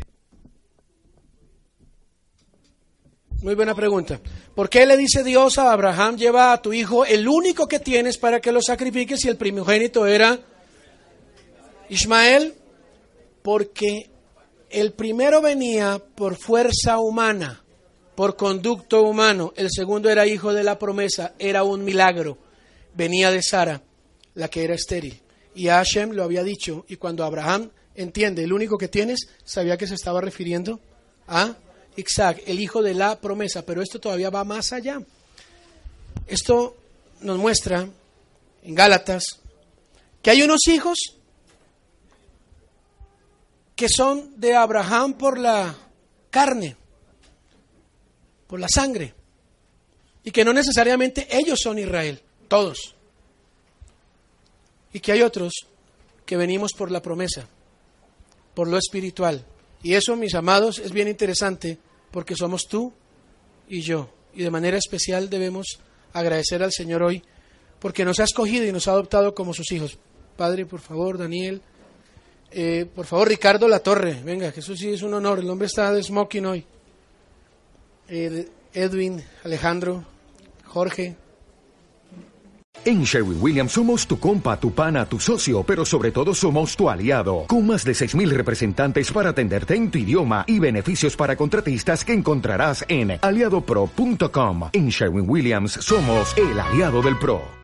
Muy buena pregunta. ¿Por qué le dice Dios a Abraham, lleva a tu hijo, el único que tienes, para que lo sacrifiques, si el primogénito era Ismael? Porque el primero venía por fuerza humana, por conducto humano. El segundo era hijo de la promesa, era un milagro. Venía de Sara, la que era estéril. Y Hashem lo había dicho, y cuando Abraham entiende, el único que tienes, sabía que se estaba refiriendo a Isaac, el hijo de la promesa. Pero esto todavía va más allá. Esto nos muestra en Gálatas que hay unos hijos que son de Abraham por la carne, por la sangre, y que no necesariamente ellos son Israel, todos. Y que hay otros que venimos por la promesa, por lo espiritual. Y eso, mis amados, es bien interesante, porque somos tú y yo. Y de manera especial debemos agradecer al Señor hoy, porque nos ha escogido y nos ha adoptado como sus hijos. Padre, por favor, Daniel. Por favor, Ricardo Latorre, venga, que eso sí es un honor, el hombre está de smoking hoy. Edwin, Alejandro, Jorge. En Sherwin-Williams somos tu compa, tu pana, tu socio, pero sobre todo somos tu aliado. Con más de 6,000 representantes para atenderte en tu idioma y beneficios para contratistas que encontrarás en aliadopro.com. En Sherwin-Williams somos el aliado del pro.